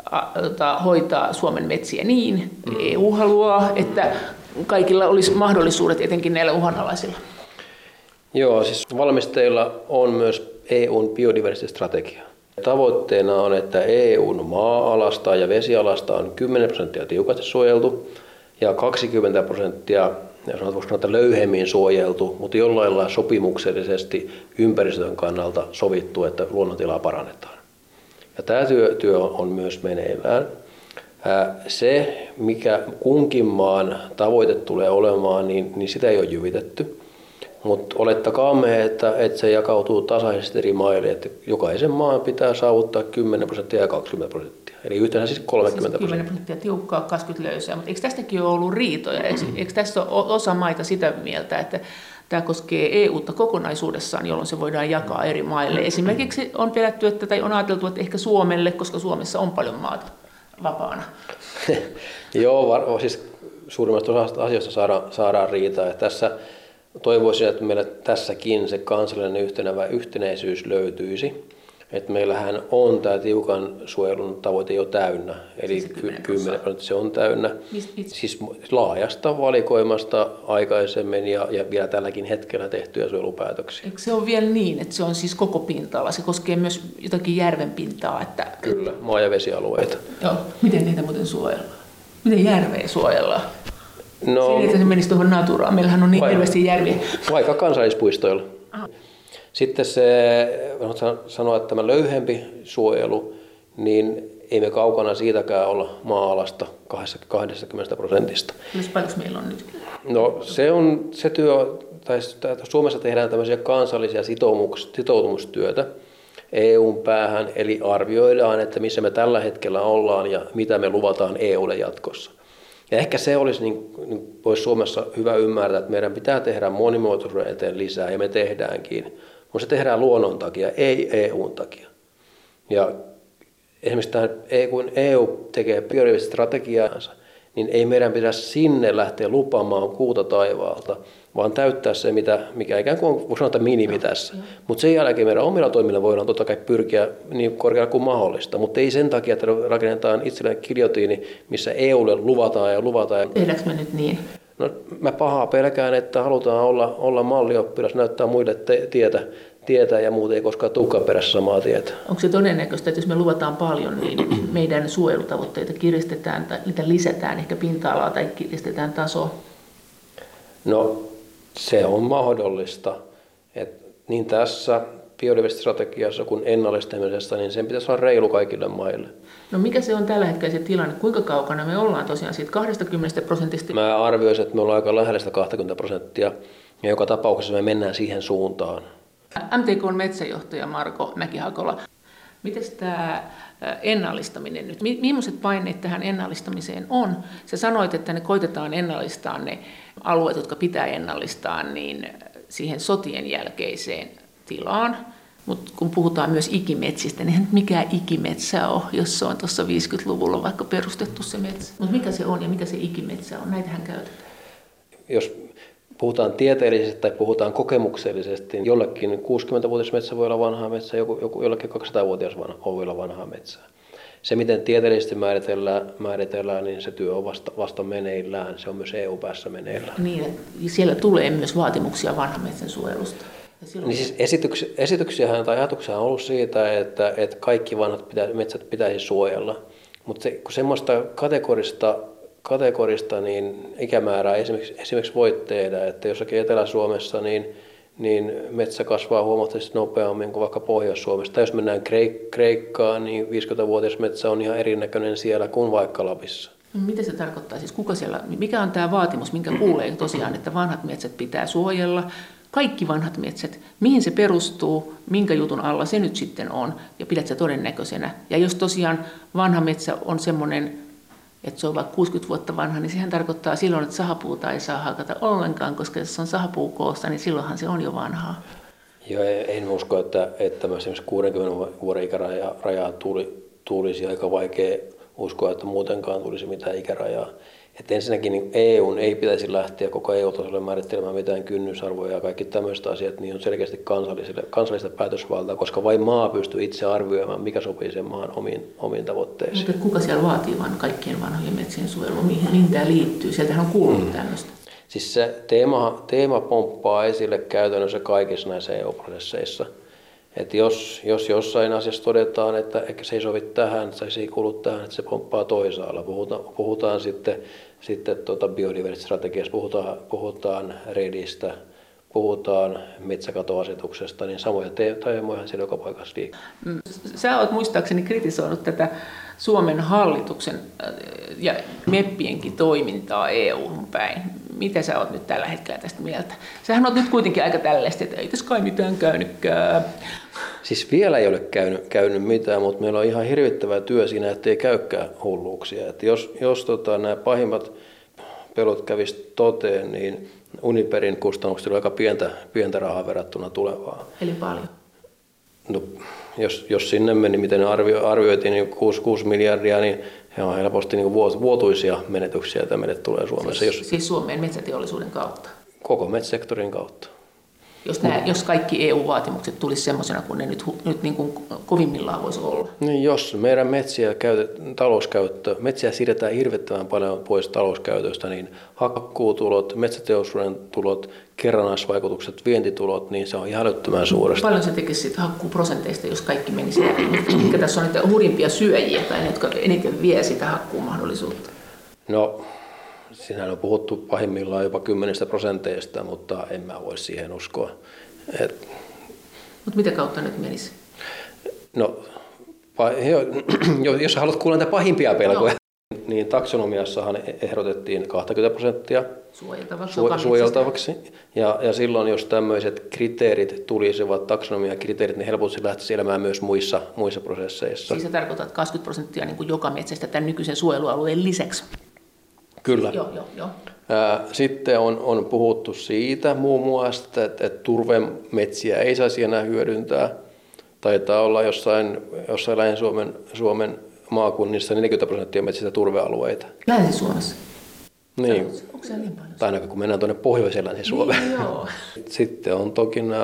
hoitaa Suomen metsiä niin. EU haluaa, että kaikilla olisi mahdollisuudet etenkin näillä uhanalaisilla. Joo, siis valmisteilla on myös EUn biodiversiteettistrategia. Tavoitteena on, että EUn maa-alasta ja vesialasta on 10% tiukasti suojeltu ja 20% löyhemmin suojeltu, mutta jollain lailla sopimuksellisesti ympäristön kannalta sovittu, että luonnontilaa parannetaan. Ja tämä työ on myös meneillään. Se, mikä kunkin maan tavoite tulee olemaan, niin sitä ei ole jyvitetty. Mutta olettakaamme, että se jakautuu tasaisesti eri maille, että jokaisen maan pitää saavuttaa 10% ja 20%. Eli yhteensä siis 30%. Siis 10% tiukkaa, 20% löysää, mutta eikö tästäkin ole ollut riitoja? Eikö tässä ole osa maita sitä mieltä, että tämä koskee EU:ta kokonaisuudessaan, jolloin se voidaan jakaa eri maille? Esimerkiksi on pelätty, tai on ajateltu, että ehkä Suomelle, koska Suomessa on paljon maata vapaana. Joo, siis suurimmasta osasta asioista saadaan riitaa. Tässä toivoisin, että meillä tässäkin se kansallinen yhtenäisyys löytyisi. Että meillähän on tämä tiukan suojelun tavoite jo täynnä, eli 10% se on täynnä. Siis laajasta valikoimasta aikaisemmin ja vielä tälläkin hetkellä tehtyjä suojelupäätöksiä. Eikö se ole vielä niin, että se on siis koko pinta-ala? Se koskee myös jotakin järven pintaa? Että... Kyllä, maa- ja vesialueita. Joo. Miten niitä muuten suojellaan? Miten järveä suojellaan? No, siinä, että se menisi tuohon naturaan. Meillähän on niin hirveästi järviä. Vaikka kansallispuistoilla. Sitten se, sanoa, että tämä löyhempi suojelu, niin ei me kaukana siitäkään olla maa-alasta 20%. Paljonko meillä on nyt? No se työ, tai Suomessa tehdään tämmöisiä kansallisia sitoumustyötä EUn päähän, eli arvioidaan, että missä me tällä hetkellä ollaan ja mitä me luvataan EUlle jatkossa. Ja ehkä se olisi, niin voisi Suomessa hyvä ymmärtää, että meidän pitää tehdä monimuotoisuuden eteen lisää, ja me tehdäänkin. Mutta se tehdään luonnon takia, ei EUn takia. Ja esimerkiksi kun EU tekee biodiversiteettistrategiaansa, niin ei meidän pitäisi sinne lähteä lupaamaan kuuta taivaalta, vaan täyttää se, mikä ikään kuin on sanotaan minimi tässä. Mutta sen jälkeen meidän omilla toimilla voidaan totta kai pyrkiä niin korkealle kuin mahdollista, mutta ei sen takia, että rakennetaan itselleen giljotiini, missä EUlle luvataan ja luvataan. Tehdäänkö me nyt niin? No, mä pahaa pelkään, että halutaan olla mallioppilas, näyttää muille tietä ja muuten ei koskaan tulekaan perässä samaa tietä. Onko se todennäköistä, että jos me luvataan paljon, niin meidän suojelutavoitteita kiristetään tai niitä lisätään ehkä pinta-alaa tai kiristetään tasoa? No se on mahdollista. Et niin tässä biodiversiteettistrategiassa kuin ennallistamisessa, niin sen pitäisi olla reilu kaikille maille. No mikä se on tällä hetkellä se tilanne? Kuinka kaukana me ollaan tosiaan siitä 20%? Mä arvioisin, että me ollaan aika lähellä sitä 20%, ja joka tapauksessa me mennään siihen suuntaan. MTK:n metsäjohtaja Marko Mäki-Hakola, miten tämä ennallistaminen nyt, millaiset paineet tähän ennallistamiseen on? Sä sanoit, että ne koitetaan ennallistaa ne alueet, jotka pitää ennallistaa, niin siihen sotien jälkeiseen tilaan. Mutta kun puhutaan myös ikimetsistä, niin eihän mikään ikimetsä ole, jos se on tuossa 50-luvulla vaikka perustettu se metsä. Mutta mikä se on ja mikä se ikimetsä on? Näitähän käytetään. Jos puhutaan tieteellisesti tai puhutaan kokemuksellisesti, niin jollekin 60-vuotias metsä voi olla vanhaa metsää, jollekin 200-vuotias voi olla vanhaa metsää. Se, miten tieteellisesti määritellään, niin se työ on vasta meneillään. Se on myös EU-päässä meneillään. Niin, siellä tulee myös vaatimuksia vanhan metsän suojelusta. Niin siis esityksiähän tai ajatuksia on ollut siitä, että kaikki vanhat metsät pitäisi suojella. Mutta kun semmoista kategorista niin ikämäärää esimerkiksi voi tehdä, että jossakin Etelä-Suomessa niin metsä kasvaa huomattavasti nopeammin kuin vaikka Pohjois-Suomessa. Tai jos mennään Kreikkaan, niin 50-vuotias metsä on ihan erinäköinen siellä kuin vaikka Lapissa. Mitä se tarkoittaa? Siis mikä on tämä vaatimus, minkä kuulee tosiaan, että vanhat metsät pitää suojella? Kaikki vanhat metsät, mihin se perustuu, minkä jutun alla se nyt sitten on, ja pidät sä todennäköisenä. Ja jos tosiaan vanha metsä on semmoinen, että se on vaikka 60 vuotta vanha, niin sehän tarkoittaa silloin, että sahapuuta ei saa hakata ollenkaan, koska jos se on sahapuukoosta, niin silloinhan se on jo vanhaa. Joo, en usko, että esimerkiksi 60 vuoden ikärajaa tulisi aika vaikea uskoa, että muutenkaan tulisi mitään ikärajaa. Että ensinnäkin niin EUn ei pitäisi lähteä koko EU-tasolle määrittelemään mitään kynnysarvoja ja kaikki tämmöiset asiat, niin on selkeästi kansallista päätösvaltaa, koska vain maa pystyy itse arvioimaan, mikä sopii sen maan omiin tavoitteisiin. Mutta kuka siellä vaatii kaikkien vanhojen metsien suojelua? Mihin tämä liittyy? Sieltähän on kuullut tämmöistä. Siis se teema pomppaa esille käytännössä kaikissa näissä EU-prosesseissa. Että jos jossain asiassa todetaan, että ehkä se ei sovi tähän tai se ei kuulu tähän, että se pomppaa toisaalla. Puhutaan sitten biodiversiteettistrategiasta, puhutaan REDistä, puhutaan metsäkatoasetuksesta, niin samoja teemoja siellä joka paikassa liikkuu. Sä oot muistaakseni kritisoinut tätä Suomen hallituksen ja meppienkin toimintaa EU:hun päin. Mitä sä oot nyt tällä hetkellä tästä mieltä? Sähän oot nyt kuitenkin aika tällaista, että ei tässä kai mitään käynytkään. Siis vielä ei ole käynyt mitään, mutta meillä on ihan hirvittävä työ siinä, ettei käykään hulluuksia. Että jos nämä pahimmat pelot kävisi toteen, niin Uniperin kustannukset on aika pientä rahaa verrattuna tulevaan. Eli paljon? No, jos sinne meni, miten arvioitiin, niin 6 miljardia, niin he on helposti niin vuotuisia menetyksiä, että meille tulee Suomessa. Siis Suomen metsäteollisuuden kautta? Koko metsäsektorin kautta. Jos kaikki EU-vaatimukset tulisi semmoisena kuin ne nyt niin kuin kovimmillaan voisi olla. Niin jos meidän metsiä siirretään hirvittävän paljon pois talouskäytöstä, niin hakkuutulot, metsäteollisuuden tulot, kerrannaisvaikutukset, vientitulot, niin se on ihan älyttömän suuresti. Paljon se tekisi siitä hakkuuprosenteista, jos kaikki menisi läpi? Mitkä tässä on niitä hurjimpia syöjiä tai ne, jotka eniten vie sitä hakkuumahdollisuutta? No, siinähän on puhuttu pahimmillaan jopa 10%, mutta en mä voi siihen uskoa. Mutta mitä kautta nyt menisi? No, jos haluat kuulla näitä pahimpia pelkoja, niin taksonomiassahan ehdotettiin 20% suojeltavaksi. Ja silloin, jos tämmöiset kriteerit tulisivat, taksonomiakriteerit, niin helposti lähtisi elämään myös muissa prosesseissa. Siis se tarkoittaa, että 20% niin kuin joka metsästä tämän nykyisen suojelualueen lisäksi? Kyllä. Joo. Sitten on puhuttu siitä muun muassa, että turvemetsiä ei saisi enää hyödyntää. Taitaa olla jossain Länsi-Suomen maakunnissa 40% metsistä turvealueita. Länsi-Suomessa? Niin. Onko se niin paljon? Tai ainakaan kun mennään tuonne pohjoiseen Länsi-Suomeen. Niin, joo. Sitten on toki nämä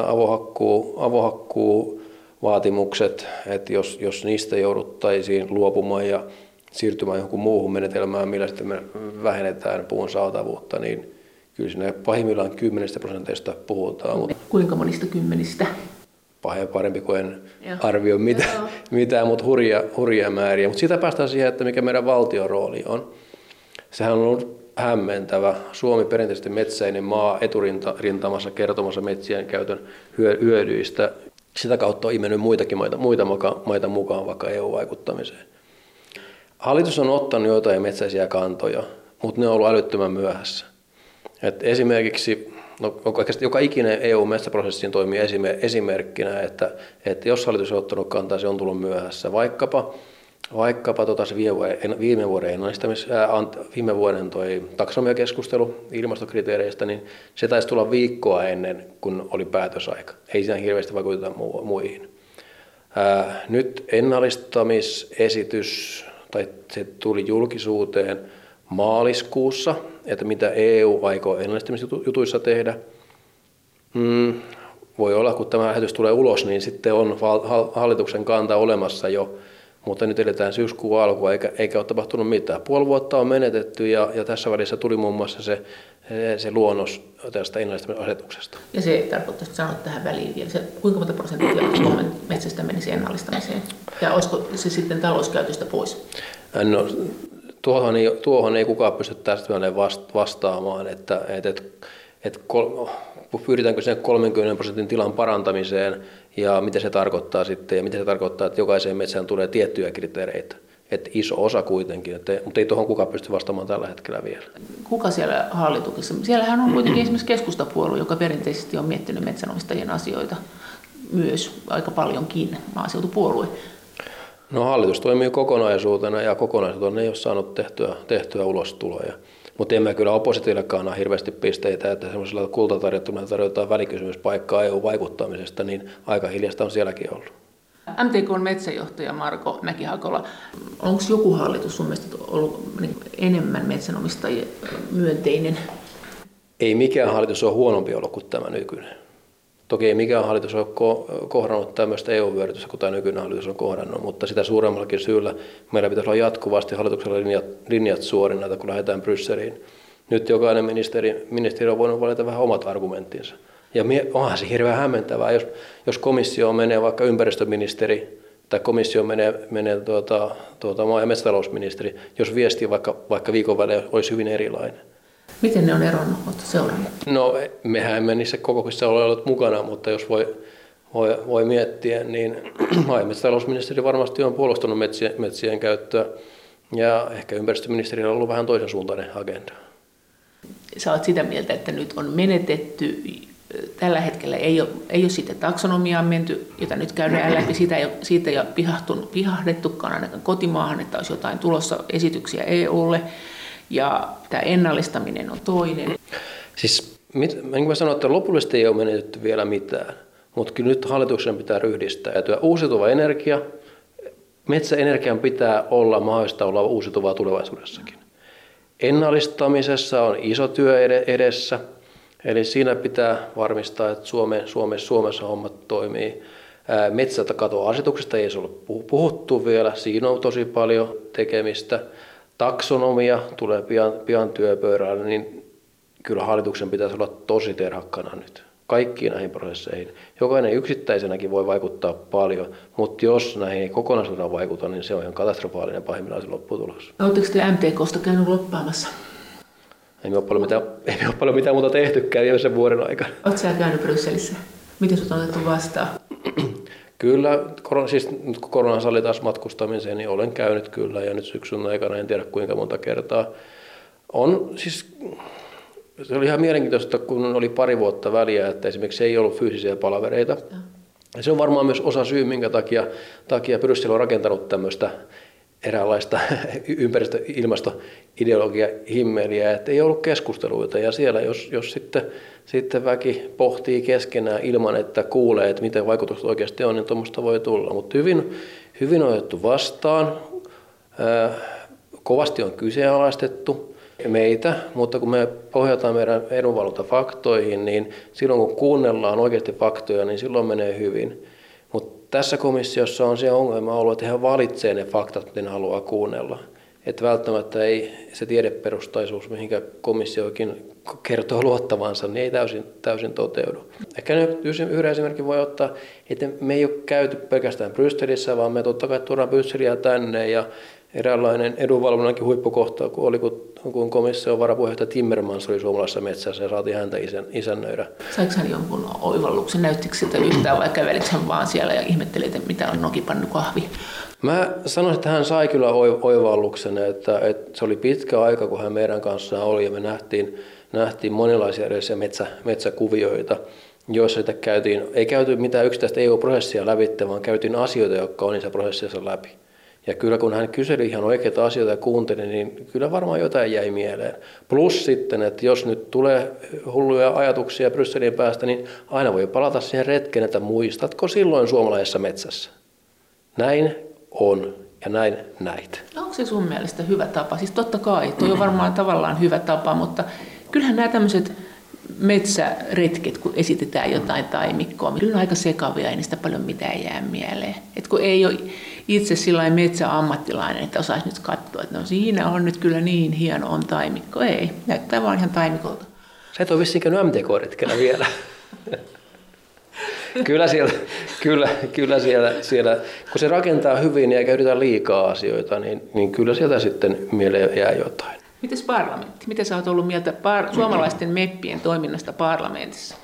avohakkuuvaatimukset, että jos niistä jouduttaisiin luopumaan ja siirtymään johonkin muuhun menetelmään, millä sitten me vähennetään puun saatavuutta, niin kyllä siinä pahimmillaan 10% puhutaan. Mutta kuinka monista 10? Parempi kuin en arvioi mitään, mutta hurjia määriä. Mutta siitä päästään siihen, että mikä meidän valtion rooli on. Sehän on ollut hämmentävä. Suomi perinteisesti metsäinen maa eturintamassa kertomassa metsien käytön hyödyistä. Sitä kautta on imennyt muitakin maita mukaan vaikka EU-vaikuttamiseen. Hallitus on ottanut joitain metsäisiä kantoja, mutta ne on ollut älyttömän myöhässä. Et esimerkiksi joka ikinen EU-metsäprosessiin toimii esimerkkinä, että jos hallitus on ottanut kantaa, se on tullut myöhässä. Vaikkapa se viime vuoden taksonomiakeskustelu ilmastokriteereistä, niin se taisi tulla viikkoa ennen kuin oli päätösaika. Ei siinä hirveästi vaikuteta muihin. Nyt ennallistamisesitys, tai se tuli julkisuuteen maaliskuussa, että mitä EU aikoo ennallistamisjutuissa tehdä. Voi olla, kun tämä lähetys tulee ulos, niin sitten on hallituksen kanta olemassa jo, mutta nyt eletään syyskuun alkua eikä ole tapahtunut mitään. Puoli vuotta on menetetty ja tässä välissä tuli muun muassa se luonnos tästä ennallistamisasetuksesta. Ja se tarkoittaa, että sanot tähän väliin vielä, kuinka monta prosenttia Suomen metsästä menisi ennallistamiseen? Ja olisiko se sitten talouskäytöstä pois? No, tuohon ei kukaan pysty tästä vastaamaan, että pyritäänkö sen 30% tilan parantamiseen ja mitä se tarkoittaa sitten ja mitä se tarkoittaa, että jokaiseen metsään tulee tiettyjä kriteereitä. Että iso osa kuitenkin, mutta ei tuohon kukaan pysty vastaamaan tällä hetkellä vielä. Kuka siellä hallituksessa? Siellähän on kuitenkin esimerkiksi keskustapuolue, joka perinteisesti on miettinyt metsänomistajien asioita myös aika paljonkin, maaseutupuolue. No hallitus toimii kokonaisuutena ja kokonaisuutena ei ole saanut tehtyä ulostuloja. Mutta emme kyllä oppositioillekaan anna hirveästi pisteitä, että semmoisella kultatarjottuna tarjotaan välikysymyspaikkaa EU-vaikuttamisesta, niin aika hiljasta on sielläkin ollut. MTK:n metsäjohtaja Marko Mäki-Hakola, onko joku hallitus sun mielestä ollut enemmän metsänomistajien myönteinen? Ei mikään hallitus ole huonompi ollut kuin tämä nykyinen. Toki ei mikään hallitus ole kohdannut tämmöistä EU-vyörytystä kuin tämä nykyinen hallitus on kohdannut, mutta sitä suuremmallakin syyllä meillä pitäisi olla jatkuvasti hallituksella linjat suorina, kun lähdetään Brysseliin. Nyt jokainen ministeri on voinut valita vähän omat argumenttinsa. Ja onhan se hirveän hämmentävää, jos komissio menee vaikka ympäristöministeri tai komissio menee maa- ja metsätalousministeri, jos viesti vaikka viikon välein olisi hyvin erilainen. Miten ne on eronnut? Oletko seurannut? No mehän emme niissä kokouksissa ole ollut mukana, mutta jos voi miettiä, niin maa- ja metsätalousministeri varmasti on puolustanut metsien käyttöä ja ehkä ympäristöministerillä on ollut vähän toisen suuntainen agenda. Sä olet sitä mieltä, että nyt on menetetty, tällä hetkellä ei ole siitä taksonomiaan menty, jota nyt käydään läpi, siitä ei ole pihahdettukaan ainakaan kotimaahan, että olisi jotain tulossa esityksiä EUlle. Ja tämä ennallistaminen on toinen. Siis, niin kuin sanoin, että lopullisesti ei ole menetetty vielä mitään, mutta kyllä nyt hallituksen pitää ryhdistäytyä. Uusiutuva energia, metsäenergian pitää olla mahdollista olla uusiutuvaa tulevaisuudessakin. Ennallistamisessa on iso työ edessä. Eli siinä pitää varmistaa, että Suomessa hommat toimii. Metsäkatoasetuksesta ei ole puhuttu vielä, siinä on tosi paljon tekemistä. Taksonomia tulee pian työpöydälle, niin kyllä hallituksen pitäisi olla tosi terhakkana nyt kaikkiin näihin prosesseihin. Jokainen yksittäisenäkin voi vaikuttaa paljon, mutta jos näihin ei kokonaisuudessaan vaikuta, niin se on ihan katastrofaalinen pahimmillaan se lopputulos. Oletteko te MTK:sta käynyt loppaamassa? Ei me ole paljon mitään muuta tehtykään viimeisen vuoden aikana. Oletko sinä käynyt Brysselissä? Miten sinut on otettu vastaan? Kyllä, siis nyt kun korona salli taas matkustamiseen, niin olen käynyt kyllä ja nyt syksyn aikana en tiedä kuinka monta kertaa. Se oli ihan mielenkiintoista, kun oli pari vuotta väliä, että esimerkiksi ei ollut fyysisiä palavereita. Ja se on varmaan myös osa syy, minkä takia Bryssel on rakentanut tämmöistä eräänlaista ilmastoideologia himmeliä, että ei ollut keskusteluita. Ja siellä, jos sitten väki pohtii keskenään ilman, että kuulee, että miten vaikutukset oikeasti on, niin tuommoista voi tulla. Mutta hyvin on otettu vastaan. Kovasti on kyseenalaistettu meitä, mutta kun me pohjataan meidän edunvalvontafaktoihin, niin silloin kun kuunnellaan oikeasti faktoja, niin silloin menee hyvin. Mutta tässä komissiossa on se ongelma ollut, että he valitsee ne faktat, mitä ne haluaa kuunnella. Että välttämättä ei se tiedeperustaisuus, mihinkä komissiokin kertoo luottavansa, niin ei täysin toteudu. Ehkä nyt yhden esimerkin voi ottaa, että me ei ole käyty pelkästään Brysselissä, vaan me totta kai tuodaan Brysseliä tänne ja eräänlainen edunvalvonnankin huippukohta, kun komission varapuheenjohtaja Timmermans oli suomalaisessa metsässä ja saatiin häntä isännöidä. Saiko hän jonkun oivalluksen? Näyttikö siltä yhtään vai kävelikö hän vaan siellä ja ihmetteli, että mitä on nokipannu kahvi? Mä sanoisin, että hän sai kyllä oivalluksen, että se oli pitkä aika, kun hän meidän kanssaan oli ja me nähtiin monenlaisia erilaisia metsäkuvioita, joissa ei käyty mitään yksittäistä EU-prosessia lävitse, vaan käytiin asioita, jotka on niissä prosesseissa läpi. Ja kyllä kun hän kyseli ihan oikeita asioita ja kuunteli, niin kyllä varmaan jotain jäi mieleen. Plus sitten, että jos nyt tulee hulluja ajatuksia Brysselin päästä, niin aina voi palata siihen retkeen, että muistatko silloin suomalaisessa metsässä? Näin on ja näin näit. Onko se sun mielestä hyvä tapa? Siis totta kai, tuo on varmaan tavallaan hyvä tapa, mutta kyllähän nämä tämmöiset metsäretket, kun esitetään jotain taimikkoa, kyllä on aika sekavia, ei niistä paljon mitään jää mieleen. Et kun ei ole itse sillain metsäammattilainen, että osaisi nyt katsoa, että no siinä on nyt kyllä niin hieno on taimikko. Ei, näyttää vaan ihan taimikolta. Sä et ole vissiin käynyt MTK-retkellä vielä. Kyllä siellä, kun se rakentaa hyvin ja käytetään liikaa asioita, niin kyllä sieltä sitten mieleen jää jotain. Mites parlamentti? Miten sä oot ollut mieltä suomalaisten meppien toiminnasta parlamentissa?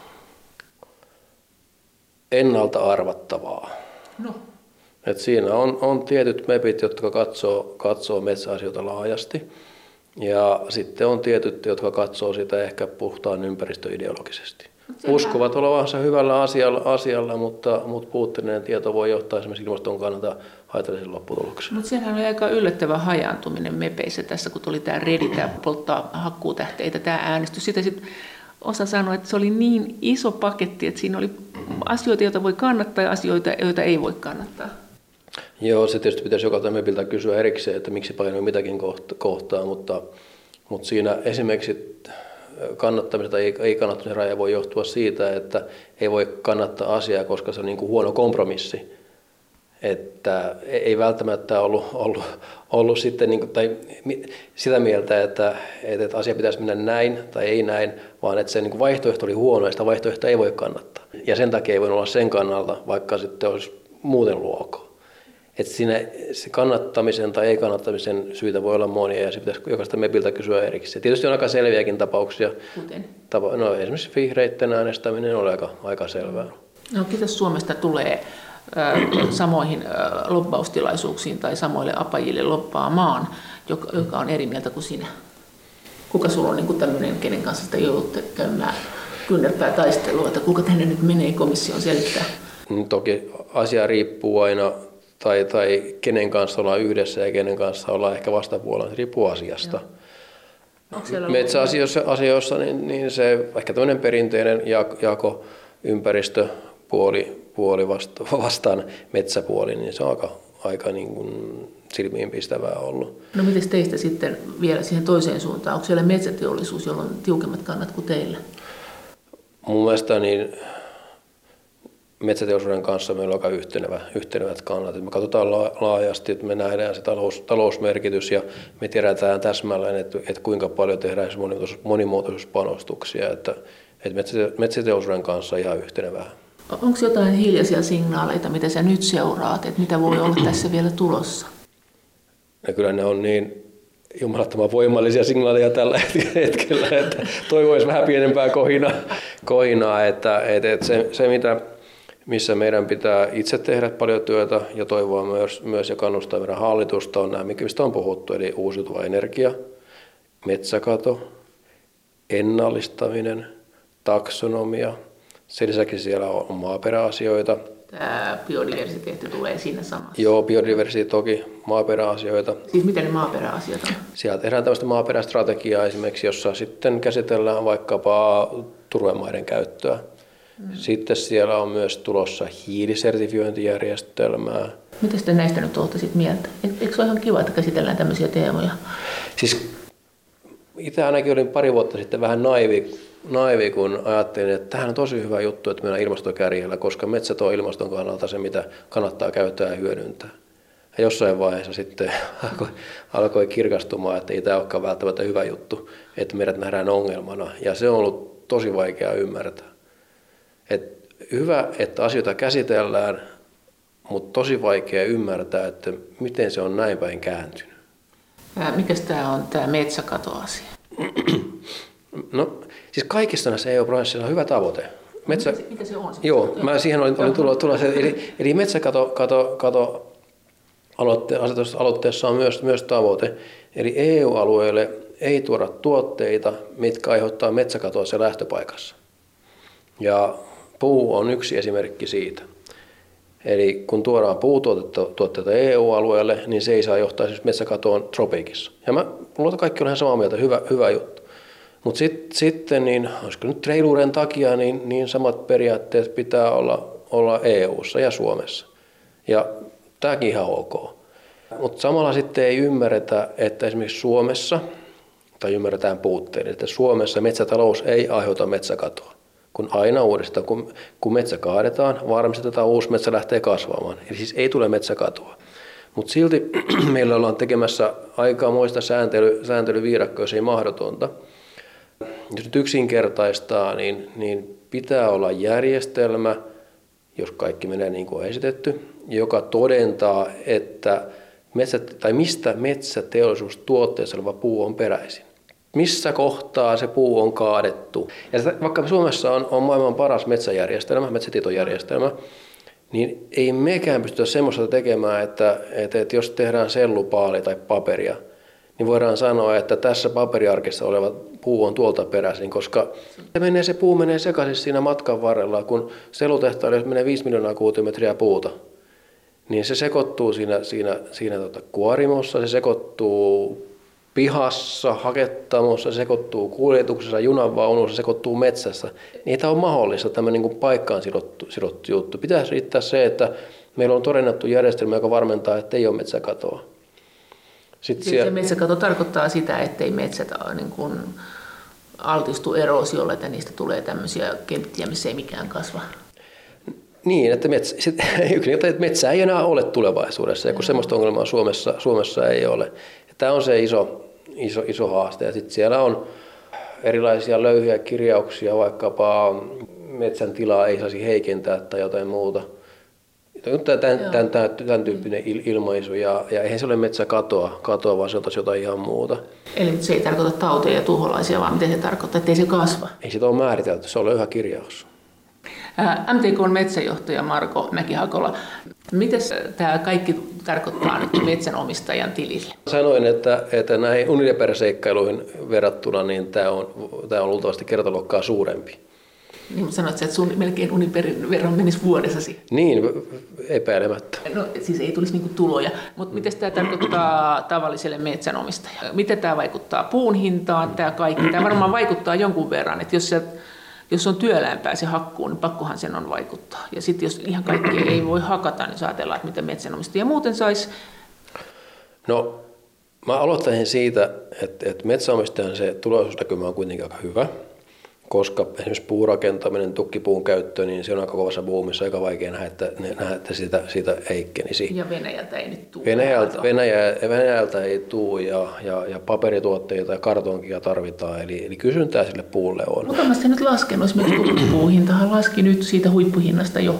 Ennalta arvattavaa. No. Et siinä on tietyt mepit, jotka katsoo metsäasioita laajasti. Ja sitten on tietyt, jotka katsoo sitä ehkä puhtaan ympäristöideologisesti. Uskovat olevansa hyvällä asialla, mutta puutteellinen tieto voi johtaa esimerkiksi ilmaston kannalta haitallisen lopputulokseen. Mutta siinähän oli aika yllättävä hajaantuminen mepeissä tässä, kun tuli tämä REDI, tämä polttaa hakkuutähteitä, tämä äänestys. Sitä sitten osa sanoi, että se oli niin iso paketti, että siinä oli asioita, joita voi kannattaa ja asioita, joita ei voi kannattaa. Joo, se tietysti pitäisi jokaisen mepiltä kysyä erikseen, että miksi painoi mitäkin kohtaa, mutta siinä esimerkiksi kannattamisen tai ei kannattamisen raja voi johtua siitä, että ei voi kannattaa asiaa, koska se on niin kuin huono kompromissi. Että ei välttämättä ollut sitten niin kuin, tai sitä mieltä, että asia pitäisi mennä näin tai ei näin, vaan että se niin kuin vaihtoehto oli huono ja sitä vaihtoehtoa ei voi kannattaa. Ja sen takia ei voi olla sen kannalta, vaikka sitten olisi muuten luokaa. Että siinä se kannattamisen tai ei-kannattamisen syitä voi olla monia ja se pitäisi jokaista mepiltä kysyä erikseen. Tietysti on aika selviäkin tapauksia. Kuten? No, esimerkiksi vihreitten äänestäminen on aika selvää. No, kiitos Suomesta tulee samoihin lobbaustilaisuuksiin tai samoille apajille lobbaamaan, joka on eri mieltä kuin sinä. Kuka sulla on niin tämmöinen, kenen kanssa sitä joudutte käymään kyynärpää taistelua, että kuka tänne nyt menee komission selittää? Toki asia riippuu aina, tai kenen kanssa ollaan yhdessä ja kenen kanssa ollaan ehkä vastapuolella, se riippuu asiasta. Metsäasioissa niin se ehkä tämmöinen perinteinen jako ympäristöpuoli vastaan metsäpuoli, niin se on aika niin kuin silmiinpistävää ollut. No miten teistä sitten vielä siihen toiseen suuntaan? Onko siellä metsäteollisuus, jolla on tiukemmat kannat kuin teillä? mun mielestä niin metsäteollisuuden kanssa meillä on aika yhtenevät kannat. Me katsotaan laajasti, että me nähdään se talousmerkitys ja me tiedetään täsmälleen, että kuinka paljon tehdään monimuotoisuuspanostuksia. Että metsäteollisuuden kanssa on ihan yhtenevää. Onko jotain hiljaisia signaaleita, mitä sä nyt seuraat, että mitä voi olla tässä vielä tulossa? Ja kyllä ne on niin jumalattoman voimallisia signaaleja tällä hetkellä, että toivoisi vähän pienempää kohinaa, että se missä meidän pitää itse tehdä paljon työtä ja toivoa myös ja kannustaa meidän hallitusta on nämä, mistä on puhuttu, eli uusiutuva energia, metsäkato, ennallistaminen, taksonomia. Sen lisäksi siellä on maaperäasioita. Tämä biodiversiteetti tulee siinä samassa. Joo, biodiversiteetti toki, maaperäasioita. Siis mitä ne maaperäasiat on? Siellä tehdään tämmöistä maaperästrategiaa esimerkiksi, jossa sitten käsitellään vaikkapa turvemaiden käyttöä. Sitten siellä on myös tulossa hiilisertifiointijärjestelmää. Mitä te näistä nyt olette sitten mieltä? Eikö se ole ihan kiva, että käsitellään tämmöisiä teemoja? Siis itse ainakin olin pari vuotta sitten vähän naivi, kun ajattelin, että tämähän on tosi hyvä juttu, että meillä on ilmastokärjellä, koska metsät on ilmaston kannalta se, mitä kannattaa käyttää ja hyödyntää. Ja jossain vaiheessa sitten alkoi kirkastumaan, että ei tämä olekaan välttämättä hyvä juttu, että meidät nähdään ongelmana. Ja se on ollut tosi vaikea ymmärtää. Hyvä, että asioita käsitellään, mutta tosi vaikea ymmärtää, että miten se on näin päin kääntynyt. Mikäs tämä on tämä metsäkatoasia? No, siis kaikissa näissä EU-prosessissa on hyvä tavoite. Mikä se on? Joo, mä siihen olin tulossa. Eli metsäkato aloitteessa on myös tavoite. Eli EU-alueelle ei tuoda tuotteita, mitkä aiheuttaa metsäkatoa se lähtöpaikassa. Ja puu on yksi esimerkki siitä. Eli kun tuodaan puutuotteita EU-alueelle, niin se ei saa johtaa siis metsäkatoon tropiikissa. Ja mä luulen, että kaikki on ihan samaa mieltä, hyvä juttu. Mutta sitten, niin, olisiko nyt reiluuden takia, niin samat periaatteet pitää olla EU:ssa ja Suomessa. Ja tämäkin ihan ok. Mutta samalla sitten ei ymmärretä, että esimerkiksi Suomessa, tai ymmärretään puutteet, että Suomessa metsätalous ei aiheuta metsäkatoa. Kun aina uudestaan, kun metsä kaadetaan, varmistetaan, uusi metsä lähtee kasvamaan. Eli siis ei tule metsäkatoa. Mutta silti meillä ollaan tekemässä aikamoista sääntelyviidakkoa, jos ei mahdotonta. Jos nyt yksinkertaistaa, niin pitää olla järjestelmä, jos kaikki menee niin kuin on esitetty, joka todentaa, että mistä metsäteollisuustuotteessa oleva puu on peräisin. Missä kohtaa se puu on kaadettu. Ja vaikka Suomessa on maailman paras metsätietojärjestelmä, niin ei mekään pystytä semmoista tekemään, että jos tehdään sellupaali tai paperia, niin voidaan sanoa, että tässä paperiarkissa oleva puu on tuolta peräisin, koska se puu menee sekaisin siinä matkan varrella, kun sellutehtaalla, jos menee 5 miljoonaa kuutiometriä puuta, niin se sekoittuu siinä kuorimossa, se sekoittuu pihassa, hakettamossa, se sekoittuu kuljetuksessa, junanvaunussa, se sekoittuu metsässä. Niin tämä on mahdollista, tämmöinen niin paikkaan sidottu juttu. Pitäisi riittää se, että meillä on todennettu järjestelmä, joka varmentaa, että ei ole metsäkatoa. Se metsäkato tarkoittaa sitä, ettei metsät niin kuin altistu eroosiolle, että niistä tulee tämmöisiä kenttiä, missä ei mikään kasva. Niin, että metsää ei enää ole tulevaisuudessa, ja kun semmoista ongelmaa Suomessa ei ole. Ja tämä on se iso haaste. Ja sitten siellä on erilaisia löyhiä kirjauksia, vaikkapa metsän tilaa ei saisi heikentää tai jotain muuta. Tämän tyyppinen ilmaisu, ja eihän se ole metsäkatoa, vaan se on jotain ihan muuta. Eli se ei tarkoita tauteja ja tuholaisia, vaan miten se tarkoittaa, että ei se kasva? Ei sitä ole määritelty, se on löyhä kirjaus. MTK:n metsäjohtaja Marko Mäki-Hakola, mitä tämä kaikki tarkoittaa nyt metsänomistajan tilille? Sanoin, että näihin Unilever-seikkailuihin verrattuna niin tämä on luultavasti kertaluokkaa suurempi. Niin sanoit, että sun melkein Uniperin verran menisi vuodessasi. Niin, epäilemättä. No siis ei tulisi niinku tuloja, mutta mitä tämä tarkoittaa tavalliselle metsänomistajalle? Miten tämä vaikuttaa puun hintaan, tämä kaikki? Tämä varmaan vaikuttaa jonkun verran, että jos on työlämpää se hakkuu, niin pakkohan sen on vaikuttaa. Ja sitten jos ihan kaikki ei voi hakata, niin ajatellaan, että mitä metsänomistaja muuten saisi. No, mä aloittaisin siitä, että metsänomistajan se tulevaisuusnäkymä on kuitenkin aika hyvä, koska esimerkiksi puurakentaminen, tukkipuun käyttö, niin se on aika kovassa buumissa, aika vaikea nähdä, että siitä heikkenisi. Ja Venäjältä ei nyt tule. Venäjältä ei tule ja paperituotteita ja kartonkia tarvitaan, eli kysyntää sille puulle on. Mutta onko se nyt laskenut? Esimerkiksi tukkipuuhintahan laski nyt siitä huippuhinnasta jo.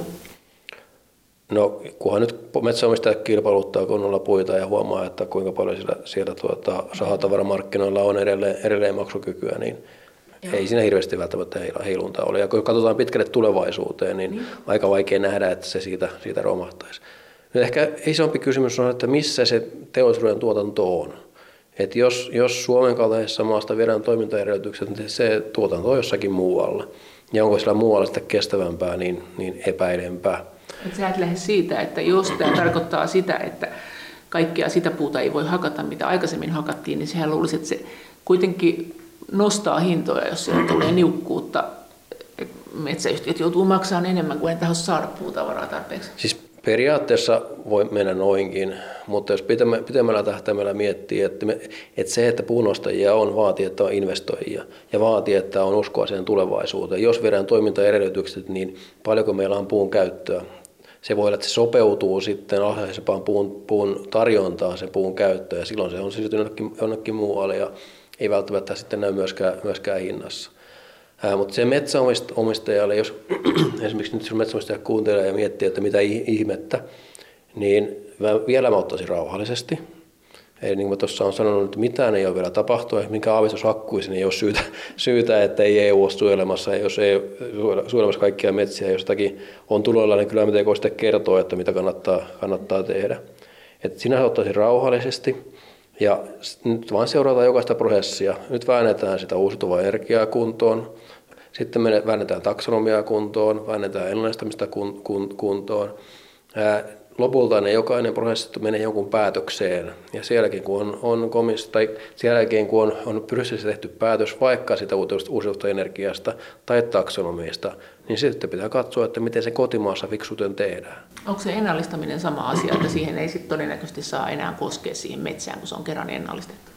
No, kunhan nyt metsäomistajat kilpailuttaa kunnolla puita ja huomaa, että kuinka paljon siellä sahatavaramarkkinoilla on edelleen maksukykyä, niin ei siinä hirveästi välttämättä heiluntaa ole. Ja kun katsotaan pitkälle tulevaisuuteen, niin aika vaikea nähdä, että se siitä romahtaisi. Nyt ehkä isompi kysymys on, että missä se teollisuuden tuotanto on. Että jos Suomen kaltaisessa maasta viedään toimintaedellytykset, niin se tuotanto on jossakin muualla. Ja onko sillä muualla sitten kestävämpää, niin epäilempää. Et sä et lähde siitä, että jos tämä tarkoittaa sitä, että kaikkea sitä puuta ei voi hakata, mitä aikaisemmin hakattiin, niin sehän luulisi, että se kuitenkin nostaa hintoja, jos siellä tulee niukkuutta. Metsäyhtiöt joutuu maksamaan enemmän kuin he saada puutavaraa tarpeeksi. Siis periaatteessa voi mennä noinkin, mutta jos pitemmällä tähtäimellä miettii, että se, että puunostajia on, vaatii, että on investoijia ja vaatii, että on uskoa siihen tulevaisuuteen. Jos viedään toimintaedellytykset, niin paljonko meillä on puun käyttöä. Se voi olla, että se sopeutuu sitten alhaisempaan puun tarjontaan se puun käyttö ja silloin se on siirtynyt jonnekin muualle ja ei välttämättä sitten näy myöskään hinnassa. Mutta se metsäomistajalle, jos esimerkiksi nyt metsäomistaja kuuntelee ja miettii, että mitä ihmettä, niin vielä mä ottaisin rauhallisesti. Eli niin kuin tuossa olen sanonut, että mitään ei ole vielä tapahtunut, minkä aavistus hakkuisi, niin ei ole syytä, että ei EU ole suojelemassa. Jos ei suojelemassa kaikkia metsiä, jos jotakin on tuloilla, niin kyllä miten sitten kertoo, että mitä kannattaa tehdä. Et sinä ottaisin rauhallisesti ja nyt vaan seurataan jokaista prosessia. Nyt väännetään sitä uusiutuvaa energiaa kuntoon, sitten väännetään taksonomiaa kuntoon, väännetään ennallistamista kuntoon. Lopulta jokainen prosessi menee jonkun päätökseen ja sen jälkeen kun on Brysselissä tehty päätös vaikka sitä uusiutuvasta energiasta tai taksonomiasta, niin sitten pitää katsoa, että miten se kotimaassa fiksuuten tehdään. Onko se ennallistaminen sama asia, että siihen ei sitten todennäköisesti saa enää koskea siihen metsään, kun se on kerran ennallistettu?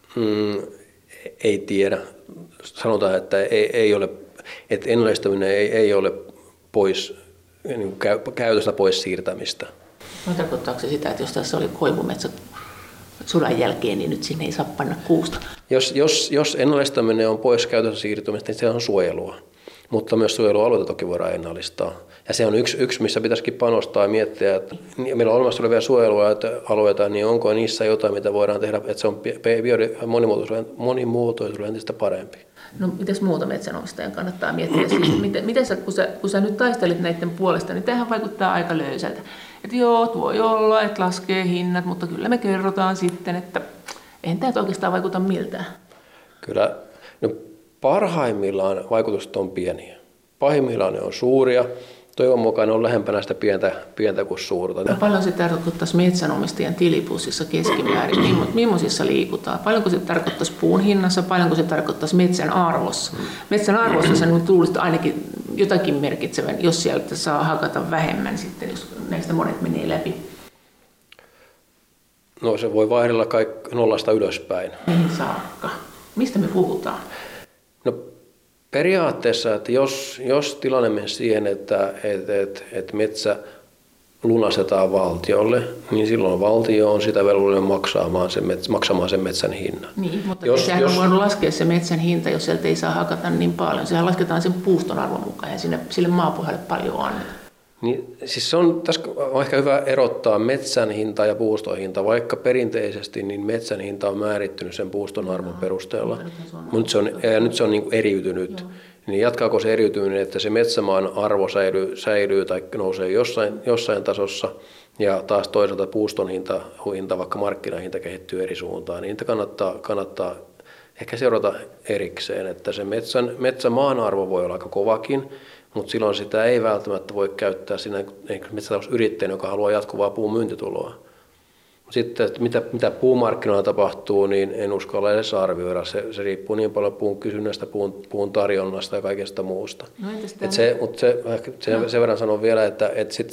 Ei tiedä. Sanotaan, että ei ole, että ennallistaminen ei ole pois, niin käytöstä pois siirtämistä. No, tarkoittaako se sitä, että jos tässä oli koivumetsä sulan jälkeen, niin nyt sinne ei saa panna kuusta? Jos ennallistaminen on pois käytöstä siirtymistä, niin se on suojelua. Mutta myös suojelualueita toki voidaan ennallistaa. Ja se on yksi missä pitäisikin panostaa ja miettiä, että meillä on olemassa olevia suojelualueita, niin onko niissä jotain, mitä voidaan tehdä, että se on monimuotoisuuden entistä parempi. No, mitäs muuta metsänomistajan kannattaa miettiä? Siis, miten kun sä nyt taistelit näiden puolesta, niin tämähän vaikuttaa aika löysältä. Että joo, voi olla, että laskee hinnat, mutta kyllä me kerrotaan sitten, että eihän tämä oikeastaan vaikuta miltään. Kyllä, no parhaimmillaan vaikutukset on pieniä. Pahimmillaan ne on suuria. Toivon mukaan ne on lähempänä sitä pientä kuin suurta. Ja paljon se tarkoittaisi metsänomistajan tilipussissa keskimäärin? Millaisissa liikutaan? Paljonko se tarkoittaisi puun hinnassa? Paljonko se tarkoittaisi metsän arvossa? Metsän arvossa se luulisi ainakin jotakin merkitsevän, jos sieltä saa hakata vähemmän sitten, jos näistä monet menee läpi. No se voi vaihdella nollasta ylöspäin. Mihin saakka? Mistä me puhutaan? No periaatteessa, että jos tilanne menee siihen, että metsä lunastetaan valtiolle, niin silloin valtio on sitä velvollinen maksamaan sen metsän hinnan. Niin, mutta sehän on voinut laskea se metsän hinta, jos sieltä ei saa hakata niin paljon. Sehän lasketaan sen puuston arvon mukaan ja sille maapohjalle paljon annetaan. Niin, siis tässä on ehkä hyvä erottaa metsän hinta ja puuston hinta, vaikka perinteisesti niin metsän hinta on määrittynyt sen puuston arvon perusteella, mutta nyt se on niin kuin eriytynyt. Joo. Niin jatkaako se eriytyminen, että se metsämaan arvo säilyy tai nousee jossain tasossa ja taas toisaalta puuston hinta vaikka markkinahinta kehittyy eri suuntaan, niin niitä kannattaa ehkä seurata erikseen, että se metsämaan arvo voi olla aika kovakin, mutta silloin sitä ei välttämättä voi käyttää siinä metsätalousyrittäjänä, joka haluaa jatkuvaa puun myyntituloa. Sitten, että mitä puumarkkinoilla tapahtuu, niin en uskalla edes arvioida. Se riippuu niin paljon puun kysynnästä, puun tarjonnasta ja kaikesta muusta. No, sen verran sanon vielä, että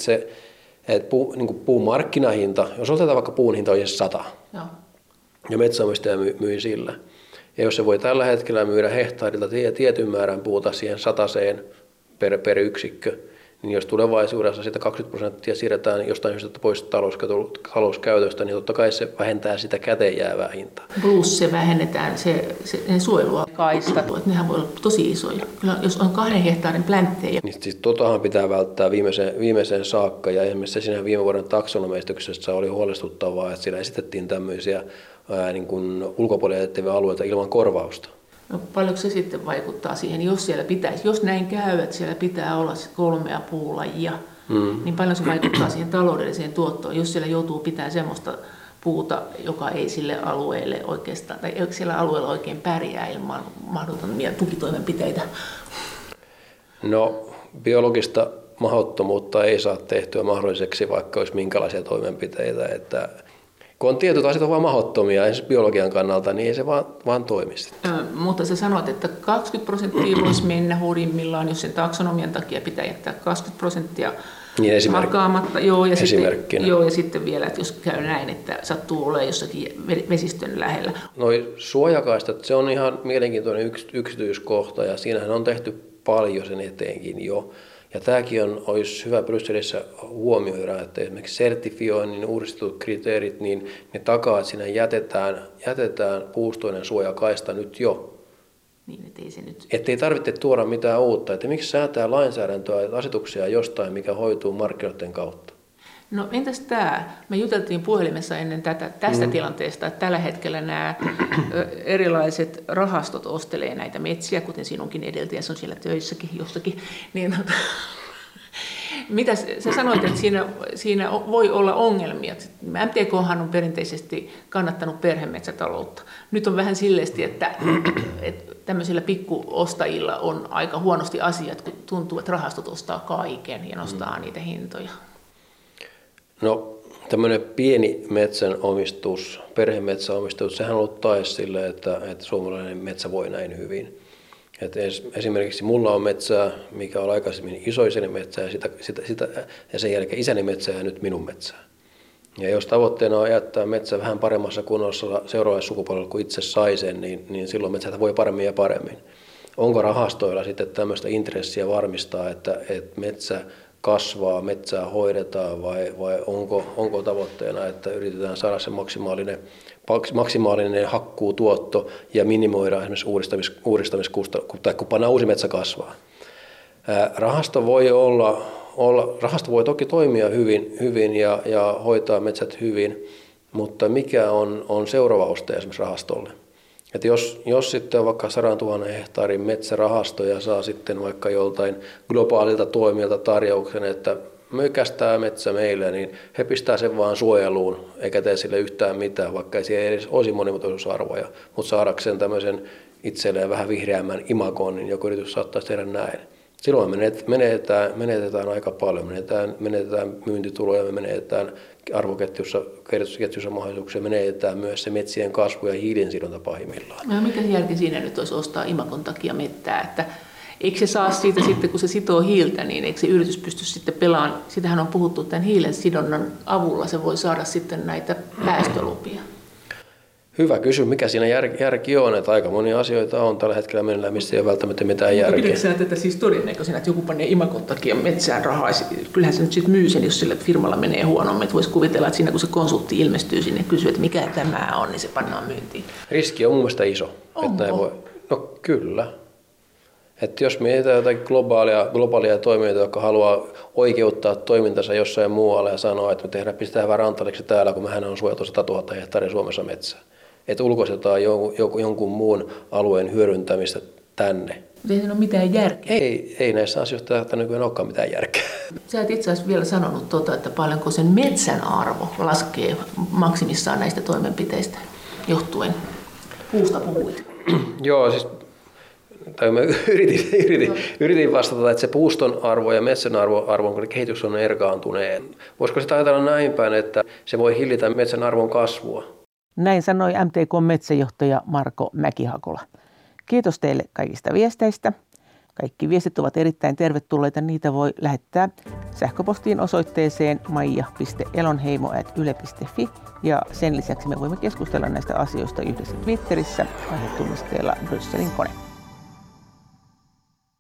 puun markkinahinta, jos otetaan vaikka puun hinta olisi 100, joo, ja metsänomistaja myy sillä, Ja jos se voi tällä hetkellä myydä hehtaarilta tietyn määrän puuta siihen 100 per yksikkö, niin jos tulevaisuudessa sitä 20% siirretään jostain syystä pois talouskäytöstä, niin totta kai se vähentää sitä käteen jäävää hintaa. Plus se vähennetään ne suojelukaistat, että nehän voi olla tosi isoja. Kyllä jos on 2 hehtaarin plänttejä. Niin siis totahan pitää välttää viimeiseen saakka, ja esimerkiksi siinä viime vuoden taksonomiaesityksessä oli huolestuttavaa, että siellä esitettiin tämmöisiä niin kuin ulkopuolelle jättäviä alueita ilman korvausta. No, paljonko se sitten vaikuttaa siihen, jos näin käy, että siellä pitää olla 3 puulajia, niin paljon se vaikuttaa siihen taloudelliseen tuottoon, jos siellä joutuu pitämään semmoista puuta, joka ei sille alueelle oikeastaan, tai ei siellä alueella oikein pärjää ilman mahdottomia tukitoimenpiteitä? No, biologista mahdottomuutta ei saa tehtyä mahdolliseksi, vaikka olisi minkälaisia toimenpiteitä, että kun on tietyt asiat vaan mahdottomia esimerkiksi biologian kannalta, niin ei se vaan toimisi. Mutta sä sanoit, että 20% voisi mennä hurjimmillaan, jos sen taksonomian takia pitää jättää 20% niin makaamatta. Joo, ja esimerkkinä. Sitten vielä, että jos käy näin, että sattuu olemaan jossakin vesistön lähellä. Noi suojakaistat, se on ihan mielenkiintoinen yksityiskohta, ja siinähän on tehty paljon sen eteenkin jo. Ja tämäkin olisi hyvä Brysselissä huomioida, että esimerkiksi sertifioinnin uudistetut kriteerit, niin ne takaa, että siinä jätetään puustoinen suojakaista nyt jo. Niin, ettei tarvitse tuoda mitään uutta. Että miksi säätää lainsäädäntöä ja asetuksia jostain, mikä hoituu markkinoiden kautta? No entäs tämä? Me juteltiin puhelimessa ennen tästä tilanteesta, että tällä hetkellä nämä erilaiset rahastot ostelee näitä metsiä, kuten sinunkin edeltäjäsi on siellä töissäkin jossakin. Niin, mitä sä sanoit, että siinä voi olla ongelmia? MTKhan on perinteisesti kannattanut perhemetsätaloutta. Nyt on vähän silleesti, että tämmöisillä pikkuostajilla on aika huonosti asiat, kun tuntuu, että rahastot ostaa kaiken ja nostaa niitä hintoja. No, tämmöinen pieni metsänomistus, perhemetsäomistus, sehän on ollut tae sille, että suomalainen metsä voi näin hyvin. Et esimerkiksi mulla on metsää, mikä on aikaisemmin isoisäni metsää, ja sen jälkeen isäni metsää ja nyt minun metsää. Ja jos tavoitteena on jättää metsä vähän paremmassa kunnossa seuraavalle sukupolvelle kuin itse sai sen, niin silloin metsät voi paremmin ja paremmin. Onko rahastoilla sitten tämmöistä intressiä varmistaa, että metsä kasvaa, metsää hoidetaan vai onko tavoitteena, että yritetään saada se maksimaalinen hakkuutuotto ja minimoida esimerkiksi uudistamiskustannuksia, tai kun pannaan uusi metsä kasvaa. Rahasto voi toki toimia hyvin ja hoitaa metsät hyvin, mutta mikä on seuraava ostaja esimerkiksi rahastolle? Että jos sitten on vaikka 100 000 hehtaarin metsärahasto ja saa sitten vaikka joltain globaalilta toimijalta tarjouksen, että mykäs tämä metsä meille, niin he pistää sen vaan suojeluun eikä tee sille yhtään mitään, vaikka ei siellä edes olisi monimuotoisuusarvoja, mutta saadakseen tämmöisen itselleen vähän vihreämmän imagon, niin joku yritys saattaisi tehdä näin. Silloin menetetään aika paljon, menetetään myyntituloja, me menetetään arvoketjussa mahdollisuuksia, menetetään myös se metsien kasvu ja hiilensidonta pahimmillaan. No, mikä järki siinä nyt olisi ostaa imagon takia mettää, että eikö se saa siitä sitten, kun se sitoo hiiltä, niin eikö se yritys pysty sitten pelaamaan, sitähän on puhuttu tämän hiilensidonnan avulla, se voi saada sitten näitä päästölupia. Hyvä kysymys, mikä siinä järki on, että aika monia asioita on tällä hetkellä meneillään, missä ei ole välttämättä mitään järkeä. Pidätkö sä tätä siis todennäköisenä, että joku panee imagon takia metsään rahaa, kyllähän se nyt sitten myy sen, jos sillä firmalla menee huonommin, että voisi kuvitella, että siinä kun se konsultti ilmestyy sinne kysyy, että mikä tämä on, niin se pannaan myyntiin. Riski on mun mielestä iso. Että no kyllä. Että jos mietitään jotain globaalia toimijoita, jotka haluaa oikeuttaa toimintansa jossain muualla ja sanoa, että me pistetään vähän rantaliksi täällä, kun mehän on suojeltu 100 000 hehtaaria Suomessa metsää. Että ulkoistetaan jonkun muun alueen hyödyntämistä tänne. Ei siinä ole mitään järkeä. Ei näissä asioissa nykyään olekaan mitään järkeä. Sä et itse asiassa vielä sanonut että paljonko sen metsän arvo laskee maksimissaan näistä toimenpiteistä johtuen. Puusta puhuit. Joo, siis mä yritin vastata, että se puuston arvo ja metsän arvon kehitys on erkaantuneen. Voisiko sitä ajatella näin päin, että se voi hillitä metsän arvon kasvua? Näin sanoi MTK:n metsäjohtaja Marko Mäki-Hakola. Kiitos teille kaikista viesteistä. Kaikki viestit ovat erittäin tervetulleita. Niitä voi lähettää sähköpostiin osoitteeseen maija.elonheimo@yle.fi. Ja sen lisäksi me voimme keskustella näistä asioista yhdessä Twitterissä aihetunnisteella Brysselin kone.